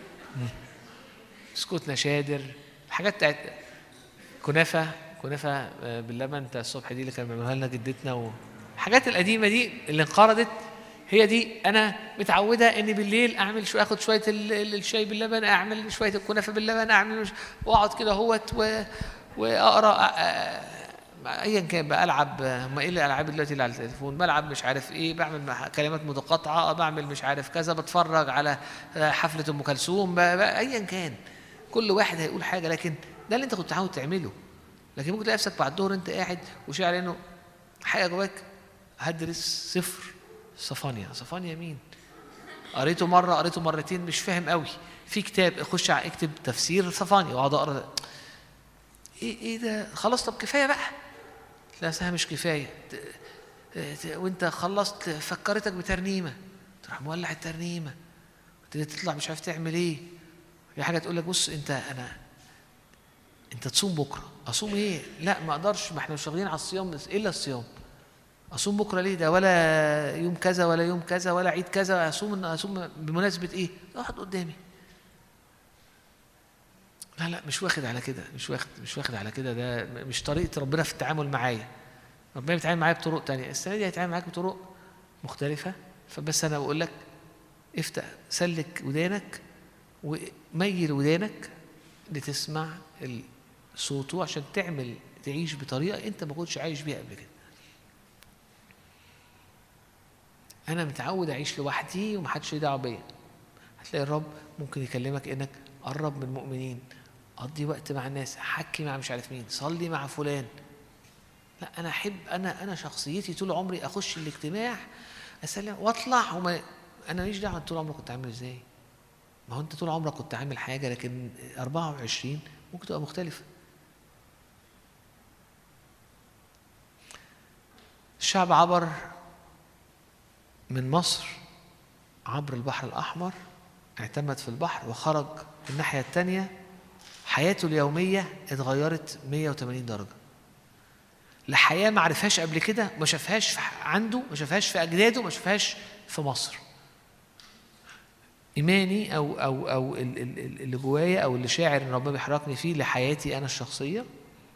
بسكوت نشادر، الحاجات بتاعت كنافه باللبن بتاع الصبح دي اللي كانوا بيعملوها لنا جدتنا، والحاجات القديمه دي اللي انقرضت. هي دي انا متعوده اني بالليل اعمل شويه، اخد شويه الشاي باللبن، اعمل شويه الكنافه باللبن، اعمل واقعد كده اهوت واقرا ايا كان بقى، العب. ما ايه الالعاب دلوقتي اللي على التليفون؟ بلعب مش عارف ايه، بعمل كلمات متقاطعه، بعمل مش عارف كذا، بتفرج على حفله ام كلثوم، ايا كان. كل واحد هيقول حاجه، لكن ده اللي انت كنت عاوز تعمله. لكن ممكن تلاقي نفسك بعد الظهر انت قاعد وشاعر انه حاجه جواك، هدرس سفر صفانيا مين؟ قريته مره، قريته مرتين، مش فاهم قوي. في كتاب اخش اكتب تفسير صفانيا واقعد اقرا، ايه ده؟ خلاص، طب كفايه بقى. لا، مش كفايه. وانت خلصت فكرتك بترنيمه، تروح مولع الترنيمه تبتدي تطلع مش عارف تعمل ايه. في حاجه تقول لك بص انت تصوم بكره. اصوم ايه؟ لا ما اقدرش، ما احنا مش شغالين على الصيام الا الصيام. اصوم بكره ليه؟ ده ولا يوم كذا ولا يوم كذا ولا عيد كذا، اصوم بمناسبه ايه؟ اقعد قدامي. لا مش واخد على كده، مش واخد على كده، ده مش طريقه ربنا في التعامل معايا. ربنا بيتعامل معايا بطرق تانية، السنه دي هيتعامل معاك بطرق مختلفه. فبس انا بقول لك افتح سلك ودانك وميل ودانك لتسمع صوته، عشان تعيش بطريقه انت ما كنتش عايش بيها قبل كده. انا متعود اعيش لوحدي ومحدش ليه دعوه بيا. هتلاقي الرب ممكن يكلمك انك قرب من المؤمنين، قضي وقت مع الناس، حكي مع مش عارف مين، صلي مع فلان. لا انا احب، انا شخصيتي طول عمري اخش الاجتماع اسلم واطلع، انا ماليش دعوه طول عمرك كنت عامل ازاي. ما هو انت طول عمرك كنت عامل حاجه، لكن 24 ممكن تبقى مختلفه. الشعب عبر من مصر عبر البحر الأحمر، اعتمد في البحر وخرج الناحية التانية، حياته اليومية اتغيرت 180 درجة لحياة ما عرفهاش قبل كده، ما شافهاش عنده، ما شافهاش في أجداده، ما شافهاش في مصر. إيماني أو اللي جوايا أو اللي شاعر إن ربنا بيحركني فيه لحياتي أنا الشخصية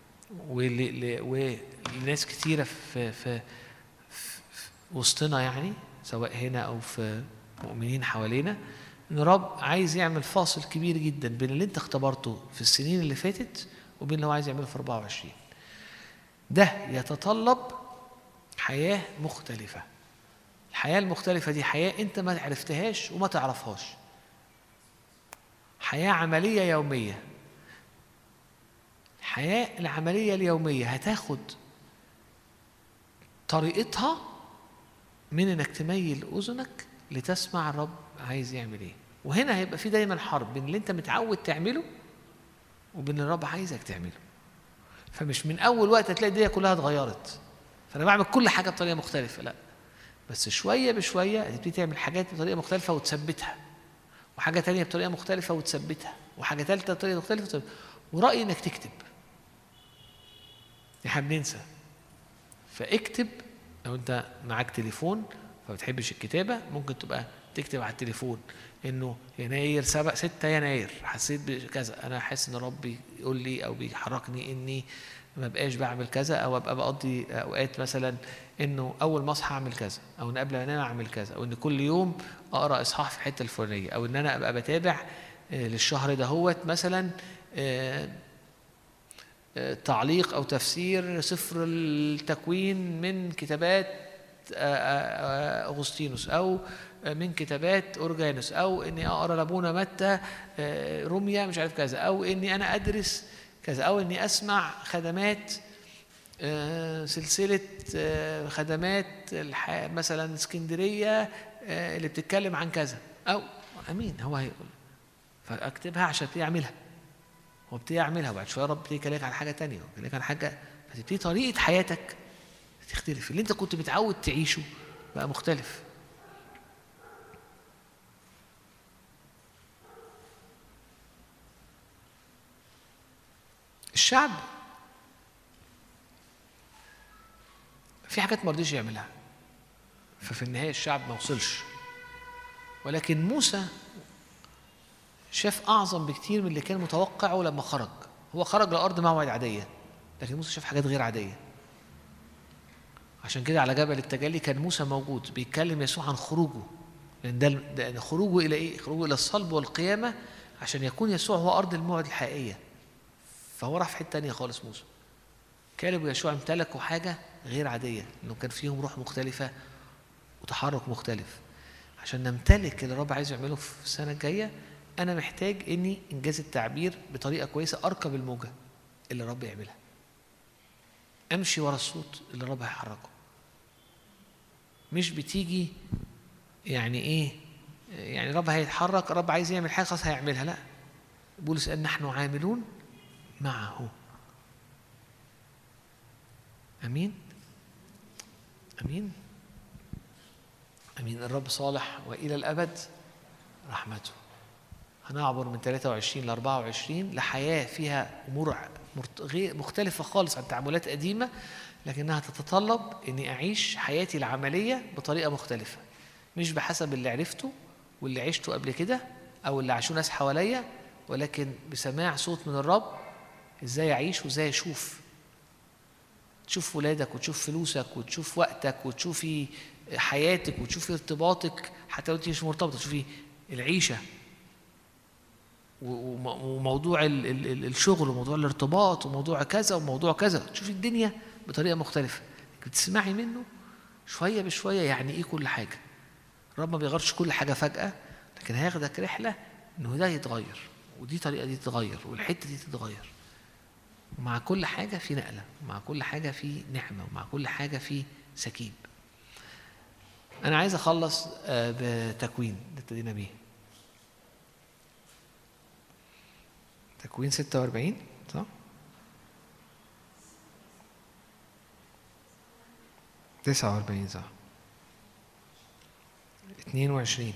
ولناس كتيرة في وسطنا، يعني سواء هنا أو في مؤمنين حوالينا، إن رب عايز يعمل فاصل كبير جدا بين اللي أنت اختبرته في السنين اللي فاتت وبين اللي هو عايز يعمله في 24. ده يتطلب حياة مختلفة. الحياة المختلفة دي حياة أنت ما عرفتهاش وما تعرفهاش، حياة عملية يومية. الحياة العملية اليومية هتاخد طريقتها من انك تميل اذنك لتسمع الرب عايز يعمل ايه. وهنا هيبقى في دايما حرب بين اللي انت متعود تعمله وبين اللي الرب عايزك تعمله. فمش من اول وقت هتلاقي الدنيا كلها اتغيرت، فانا بعمل كل حاجه بطريقه مختلفه، لا، بس شويه بشويه هتبتدي تعمل حاجات بطريقه مختلفه وتثبتها، وحاجه تانية بطريقه مختلفه وتثبتها، وحاجه ثالثه بطريقه مختلفه وتثبتها. ورايي انك تكتب. احنا بننسى، فاكتب. لو انت معاك تليفون فما بتحبش الكتابه، ممكن تبقى تكتب على التليفون انه يناير 6 يناير حسيت بكذا، انا حاسس ان ربي يقول لي او بيحركني اني ما بقاش بعمل كذا، او ابقى بقضي اوقات مثلا انه اول ما اصحى اعمل كذا، او ان قبل ما انام اعمل كذا، او ان كل يوم اقرا اصحاح في الحته الفلانيه، او ان انا ابقى بتابع للشهر دهوت مثلا تعليق أو تفسير سفر التكوين من كتابات أغسطينوس، أو من كتابات أورجانوس، أو إني أقرأ لابونا متى روميا مش عارف كذا، أو إني أنا أدرس كذا، أو إني أسمع خدمات سلسلة خدمات مثلا اسكندرية اللي بتتكلم عن كذا، أو أمين هو هيقول، فأكتبها عشان ابتدي أعملها، وابتدي أعملها، وبعد شوية رب ابتدي يكلمك عن حاجة تانية، ويكلمك عن حاجة، فتبتدي طريقة حياتك تختلف، اللي أنت كنت متعود تعيشه بقى مختلف. الشعب في حاجات ما رضيش يعملها، ففي النهاية الشعب ما وصلش، ولكن موسى شاف أعظم بكتير من اللي كان متوقعه لما خرج. هو خرج لأرض موعد عادية، لكن موسى شاف حاجات غير عادية. عشان كده على جبل التجلي كان موسى موجود بيتكلم يسوع عن خروجه، لأن خروجه إلى إيه؟ خروجه إلى الصلب والقيامة، عشان يكون يسوع هو أرض الموعد الحقيقية. فهو راح في حتة تانية خالص. موسى كالب ويشوع امتلكوا حاجة غير عادية، إنه كان فيهم روح مختلفة وتحرك مختلف. عشان نمتلك اللي الرب عايز يعمله في السنة الجاية، أنا محتاج إني إنجاز التعبير بطريقة كويسة أركب الموجة اللي الرب يعملها، أمشي ورا الصوت اللي الرب هيحركه. مش بتيجي يعني إيه، يعني الرب هيتحرك، الرب عايز يعمل حاجة خلاص هيعملها، لا. بولس قال نحن عاملون معه. أمين أمين أمين. الرب صالح وإلى الأبد رحمته. هنعبر من 23 ل 24 لحياة فيها أمور غير مختلفة خالص عن تعاملات قديمة، لكنها تتطلب أني أعيش حياتي العملية بطريقة مختلفة، مش بحسب اللي عرفته واللي عشته قبل كده أو اللي عاشوه ناس حواليا، ولكن بسماع صوت من الرب إزاي أعيش وإزاي أشوف. تشوف ولادك وتشوف فلوسك وتشوف وقتك وتشوفي حياتك وتشوفي ارتباطك، حتى لو انت مش مرتبطة تشوفي العيشة وموضوع الشغل وموضوع الارتباط وموضوع كذا وموضوع كذا، تشوفي الدنيا بطريقة مختلفة، بتسمعي منه شوية بشوية. يعني ايه كل حاجة؟ الرب ما بيغيرش كل حاجة فجأة، لكن هياخدك رحلة انه ده يتغير ودي طريقة دي تتغير والحتة دي تتغير. ومع كل حاجة في نقلة، ومع كل حاجة في نعمة، ومع كل حاجة في سكيب. أنا عايز أخلص بتكوين اللي ابتدينا بيه، تكوين 46 صح؟ 49 صح؟ 22.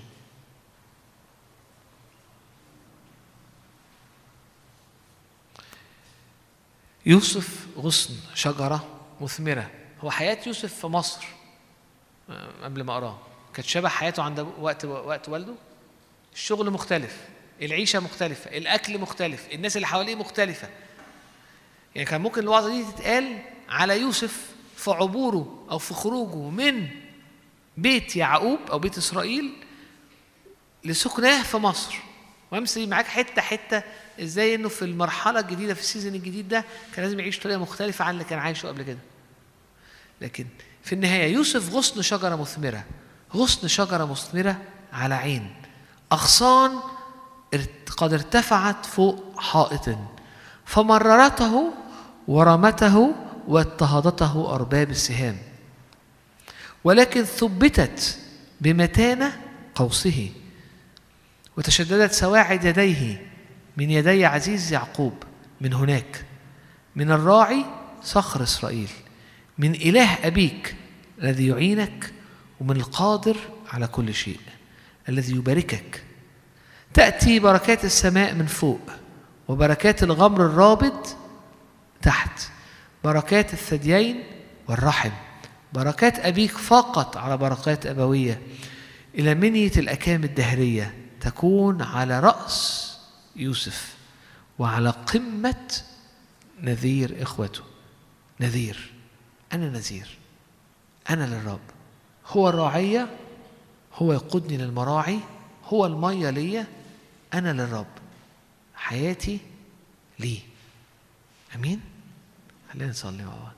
يوسف غصن شجرة مثمرة. هو حياة يوسف في مصر قبل ما أقراه كانت شبه حياته عند وقت والده. الشغل مختلف، العيشة مختلفة، الأكل مختلف، الناس اللي حواليه مختلفة. يعني كان ممكن الوعظة دي تتقال على يوسف في عبوره أو في خروجه من بيت يعقوب أو بيت إسرائيل لسكناه في مصر، وامسك معاك حتة حتة ازاي انه في المرحلة الجديدة في السيزن الجديد ده كان لازم يعيش طريقة مختلفة عن اللي كان عايشه قبل كده. لكن في النهاية يوسف غصن شجرة مثمرة، غصن شجرة مثمرة على عين، أغصان قد ارتفعت فوق حائط، فمررته ورمته واضطهدته أرباب السهام، ولكن ثبتت بمتانة قوسه، وتشددت سواعد يديه من يدي عزيز يعقوب. من هناك من الراعي صخر إسرائيل، من إله أبيك الذي يعينك، ومن القادر على كل شيء الذي يباركك. تأتي بركات السماء من فوق، وبركات الغمر الرابض تحت، بركات الثديين والرحم، بركات أبيك فاقت على بركات أبوية، إلى منية الأكام الدهرية تكون على رأس يوسف وعلى قمة نذير إخوته. نذير، أنا نذير، أنا للرب. هو الراعية، هو يقودني للمراعي، هو المية ليا، أنا للرب، حياتي ليه. أمين. خلينا نصلي مع بعض.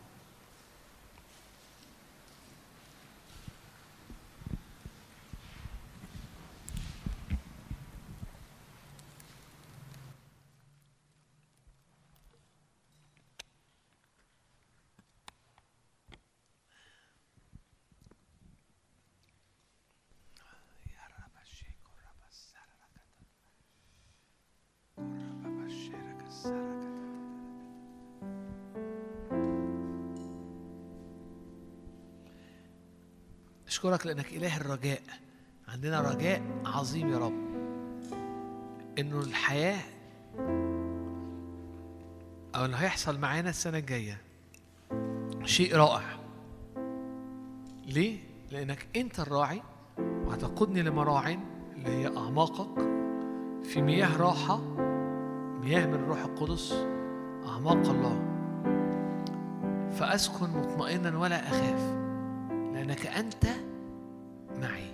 أشكرك لأنك إله الرجاء. عندنا رجاء عظيم يا رب إنه الحياة أو اللي هيحصل معانا السنة الجاية شيء رائع. ليه؟ لأنك أنت الراعي وهتقودني لمراع اللي هي أعماقك في مياه راحة، مياه من الروح القدس، أعماق الله، فأسكن مطمئنا ولا أخاف لأنك أنت معي.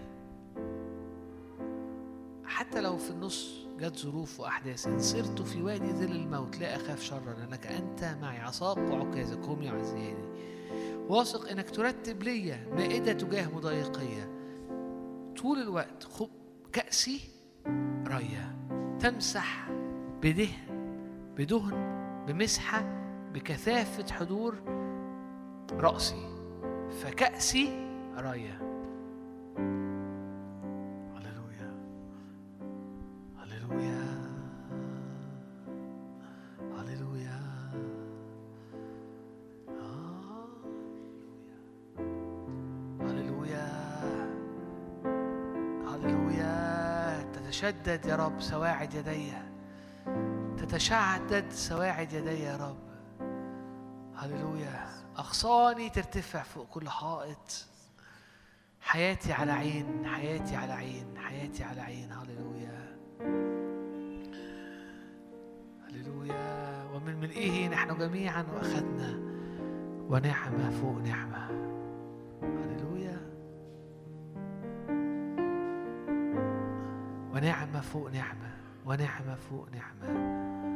حتى لو في النص جت ظروف وأحداث، إن سرت في وادي ظل الموت لا أخاف شرا لأنك أنت معي، عصاك وعكازك هم يعزياني. واثق إنك ترتب لي مائدة تجاه مضايقية طول الوقت. كأسي ريا، تمسح بدهن بمسحة بكثافة حضور رأسي، فكأسي ريا. هللويا هللويا هللويا هللويا هللويا. تتشدد يا رب سواعد يدي، تتشعدد سواعد يدي يا رب. هللويا. أغصاني ترتفع فوق كل حائط. حياتي على عين، حياتي على عين، حياتي على عين. هللويا هللويا. ومن ملئه نحن جميعا وأخذنا، ونعمة فوق نعمة. هللويا. ونعمة فوق نعمة، ونعمة فوق نعمة.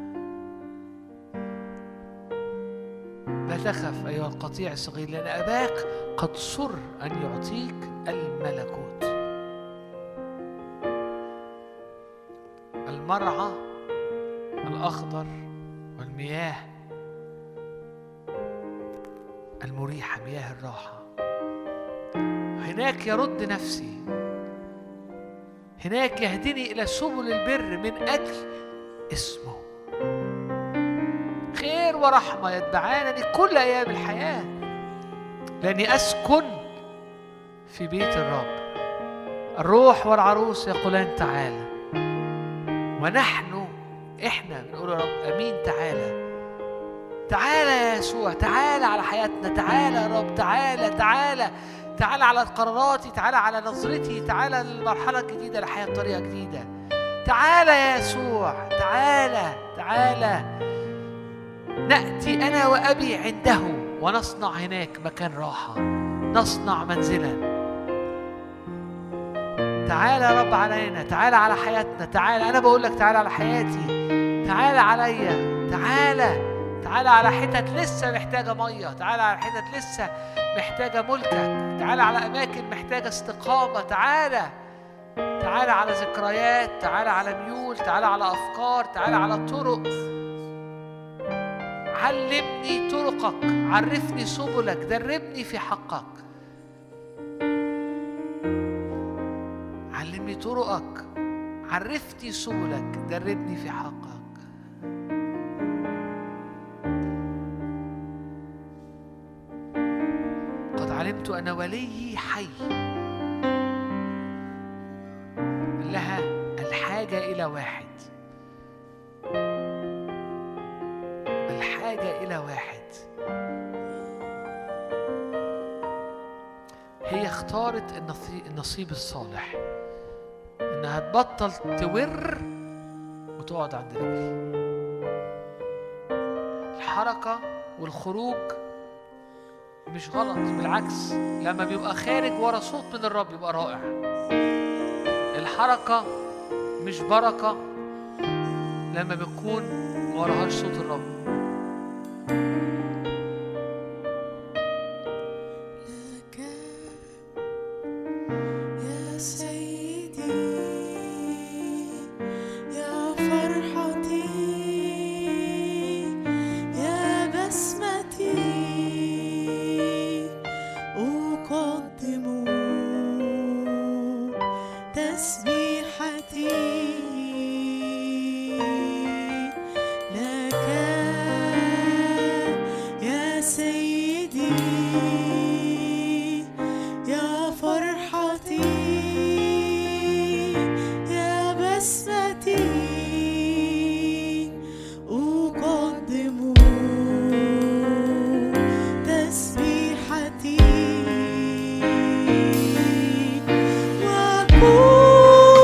لا تخف أيها القطيع الصغير، لأن أباك قد سر أن يعطيك الملكوت. المرعى الأخضر والمياه المريحة، مياه الراحة. هناك يرد نفسي، هناك يهدني إلى سبل البر من أجل اسمه. خير ورحمة يتبعانني كل أيام الحياة، لأني أسكن في بيت الرب. الروح والعروس يقولان تعالى، ونحن إحنا بنقول يا رب أمين. تعالى تعالى يا يسوع، تعالى على حياتنا، تعالى يا رب، تعالى تعالى تعالى على قراراتي، تعالى على نظرتي، تعالى للمرحلة الجديدة لحياة طريقة جديدة. تعالى يا يسوع، تعالى تعالى. نأتي أنا وأبي عنده ونصنع هناك مكان راحة، نصنع منزلا. تعالى يا رب علينا، تعالى على حياتنا، تعالى. أنا بقول لك تعالى على حياتي، تعالى عليا، تعالى تعالى على حتت لسه محتاجة مية، تعالى على حتت لسه محتاجة ملكك، تعالى على أماكن محتاجة استقامة، تعالى تعالى على ذكريات، تعالى على ميول، تعالى على أفكار، تعالى على طرق. علمني طرقك، عرفني سبلك، دربني في حقك. علمني طرقك، عرفني سبلك، دربني في حقك. قد علمت أن وليي حي، لها الحاجة إلى واحد، الحاجة إلى واحد. هي اختارت النصيب الصالح، إنها تبطل تور وتقعد عند رجلي. الحركة والخروج مش غلط، بالعكس، لما بيبقى خارج ورا صوت من الرب يبقى رائع. الحركة مش بركة لما بيكون وراهاش صوت الرب. لك يا سيدي يا فرحتي يا بسمتي، أقدم تسبيحتي لك يا سيدي يا فرحتي يا بسمتي، أقدم تسبيحتي وأكون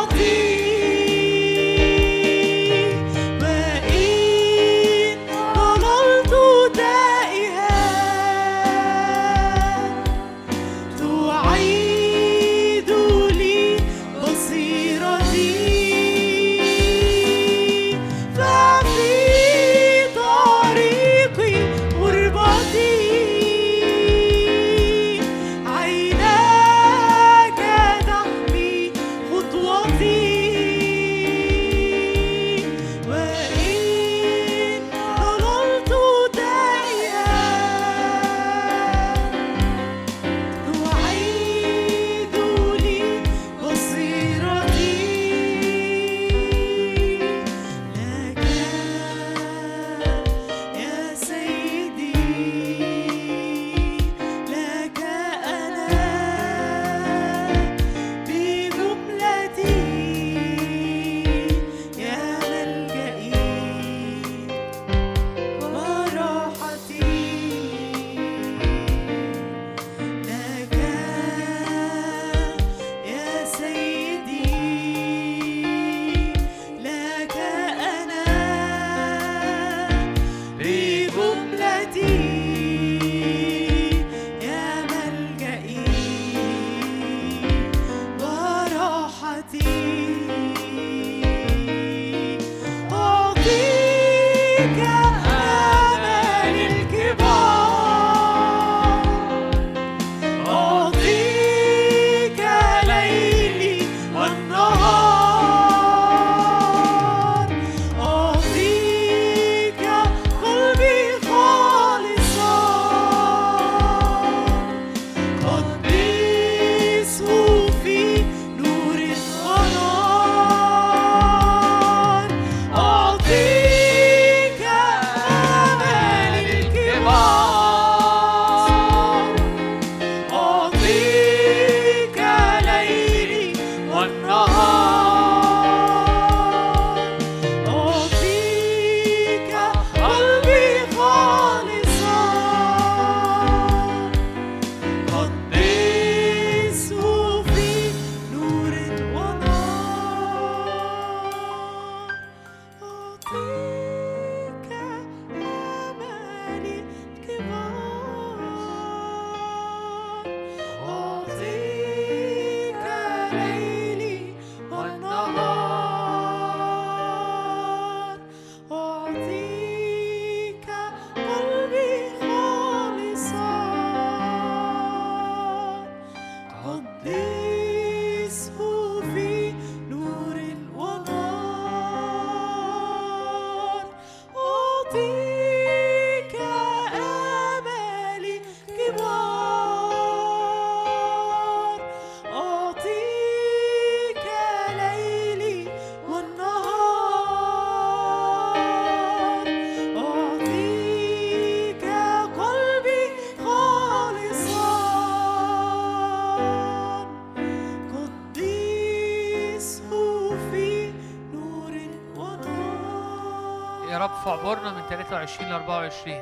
فاعبرنا من 23 ل 24.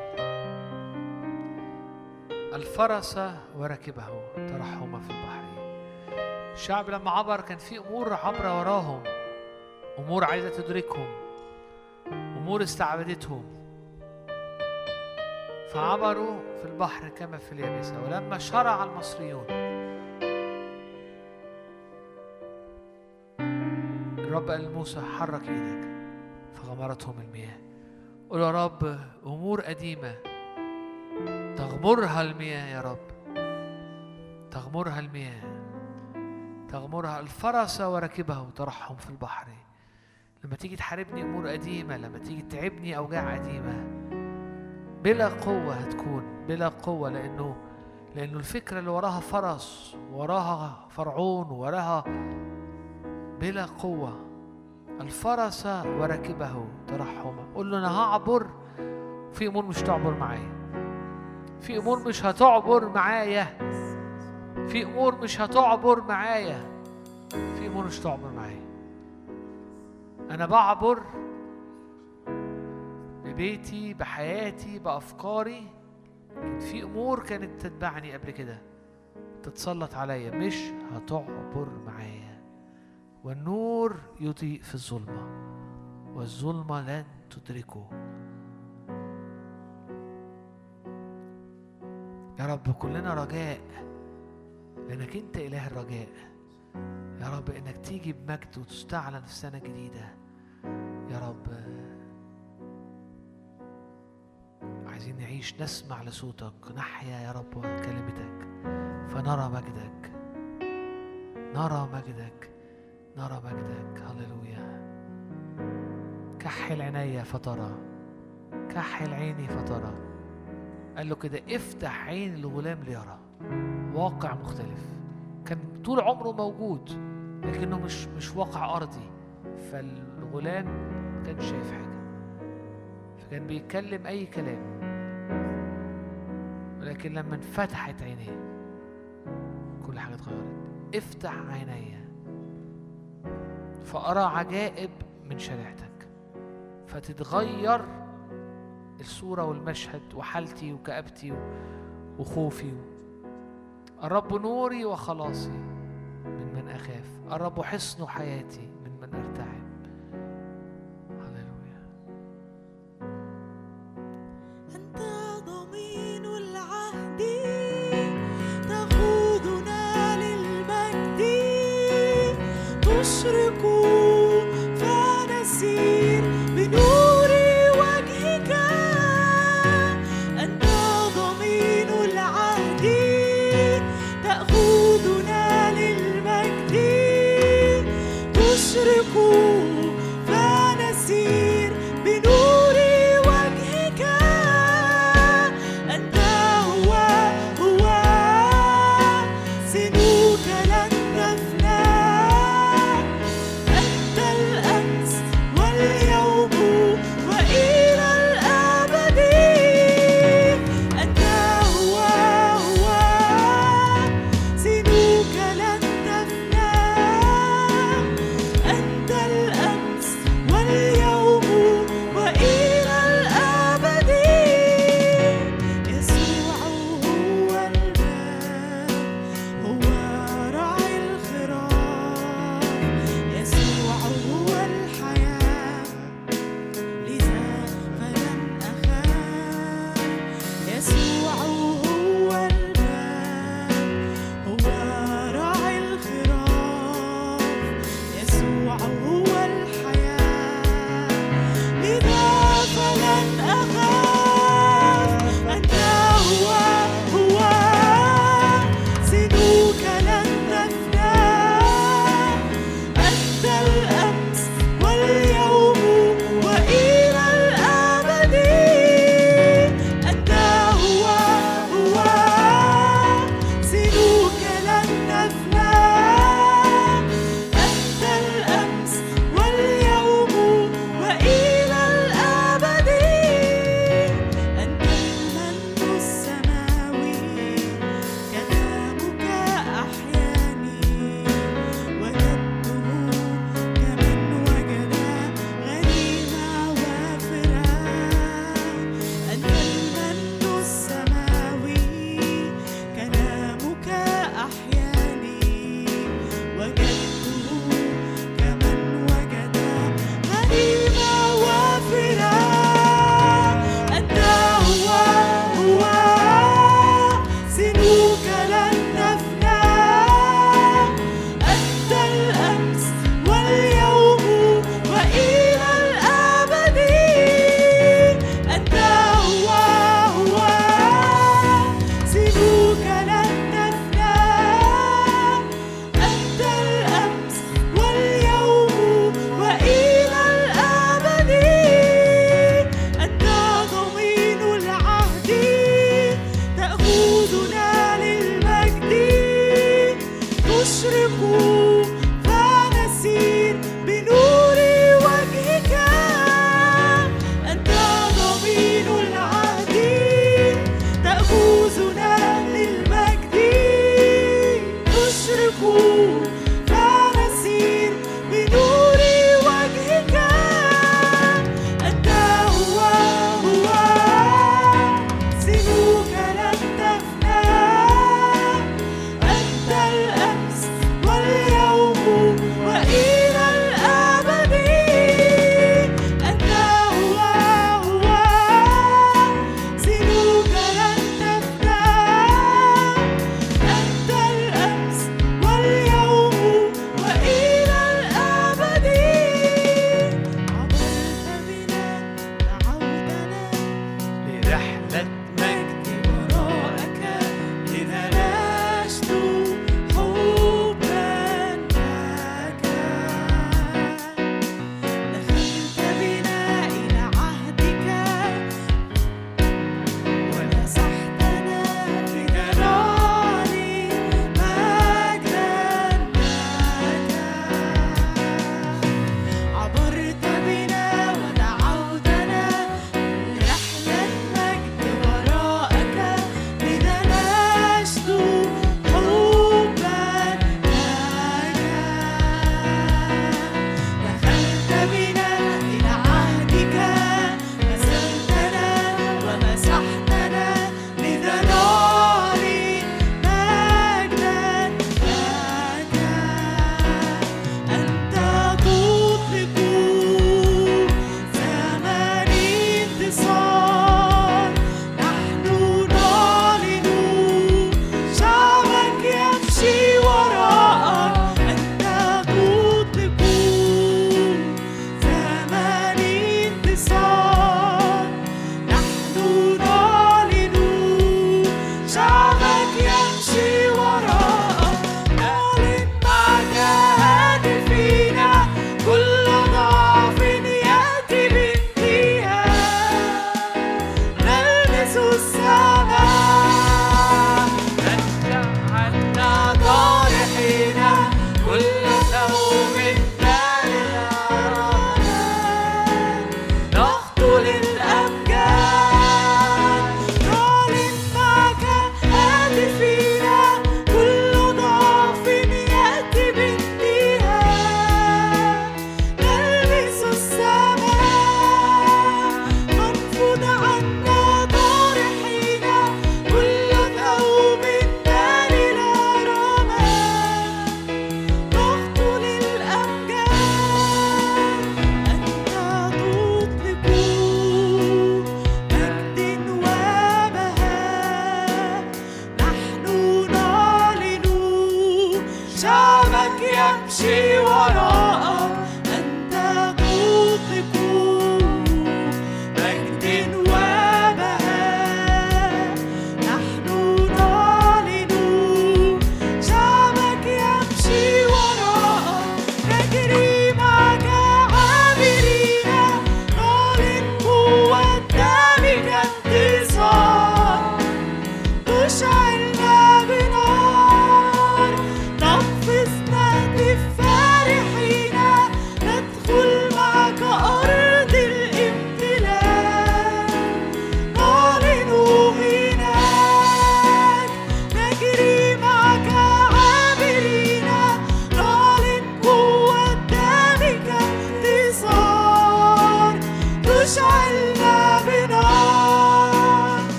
الفرس وركبه ترحما في البحر. الشعب لما عبر كان في أمور عبر وراهم، أمور عايزة تدركهم، أمور استعبدتهم، فعبروا في البحر كما في اليابسة. ولما شرع المصريون الرب قال لموسى حرك ايدك فغمرتهم المياه. قل يا رب أمور قديمة تغمرها المياه، يا رب تغمرها المياه، تغمرها. الفرس وركبه ترحم في البحر. لما تيجي تحاربني أمور قديمة، لما تيجي تعبني أوجاع قديمة، بلا قوة هتكون، بلا قوة، لأنه الفكرة اللي وراها فرس، وراها فرعون، وراها بلا قوة. الفرس وركبه ترحما. قل له أنا هعبر، في أمور مش تعبر معايا، في أمور مش هتعبر معايا، في أمور مش هتعبر معايا، في أمور مش تعبر معايا. أنا بعبر ببيتي، بحياتي، بأفكاري. في أمور كانت تتبعني قبل كده، تتسلط عليا، مش هتعبر معايا. والنور يضيء في الظلمة والظلمة لن تدركه. يا رب كلنا رجاء لأنك أنت إله الرجاء. يا رب إنك تيجي بمجد وتستعلن في سنة جديدة. يا رب عايزين نعيش نسمع لصوتك، نحيا يا رب كلمتك فنرى مجدك، نرى مجدك، نرى مجدك. هللويا. كحل عيني فترى، كحل عيني فترى. قال له كده افتح عين الغلام ليرى واقع مختلف. كان طول عمره موجود لكنه مش واقع أرضي، فالغلام كان شايف حاجة، فكان بيتكلم أي كلام، ولكن لما انفتحت عينيه كل حاجة اتغيرت. افتح عيني فأرى عجائب من شريعتك، فتتغير الصورة والمشهد وحالتي وكآبتي وخوفي. الرب نوري وخلاصي من أخاف، الرب حصن حياتي من أرتعب. هللويا. أنت ضمين العهد تقودنا للمجد، تشرق فنسير بنور وجهك. أنت ضمين العهد تأخذنا للمجد، تشرق فنسير بنور وجهك. أنت هو سنوك لن تفنى، أنت الأمس واليوم وإلى الأبد. أنت هو سنوك لن تفنى، أنت الأمس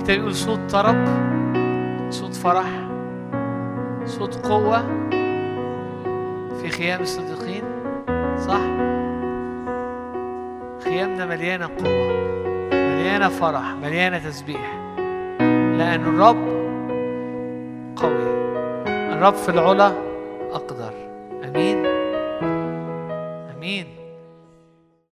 تاني يقول صوت طرب، صوت فرح، صوت قوة في خيام الصديقين. صح؟ خيامنا مليانة قوة، مليانة فرح، مليانة تسبيح، لأن الرب قوي، الرب في العلا أقدر. أمين.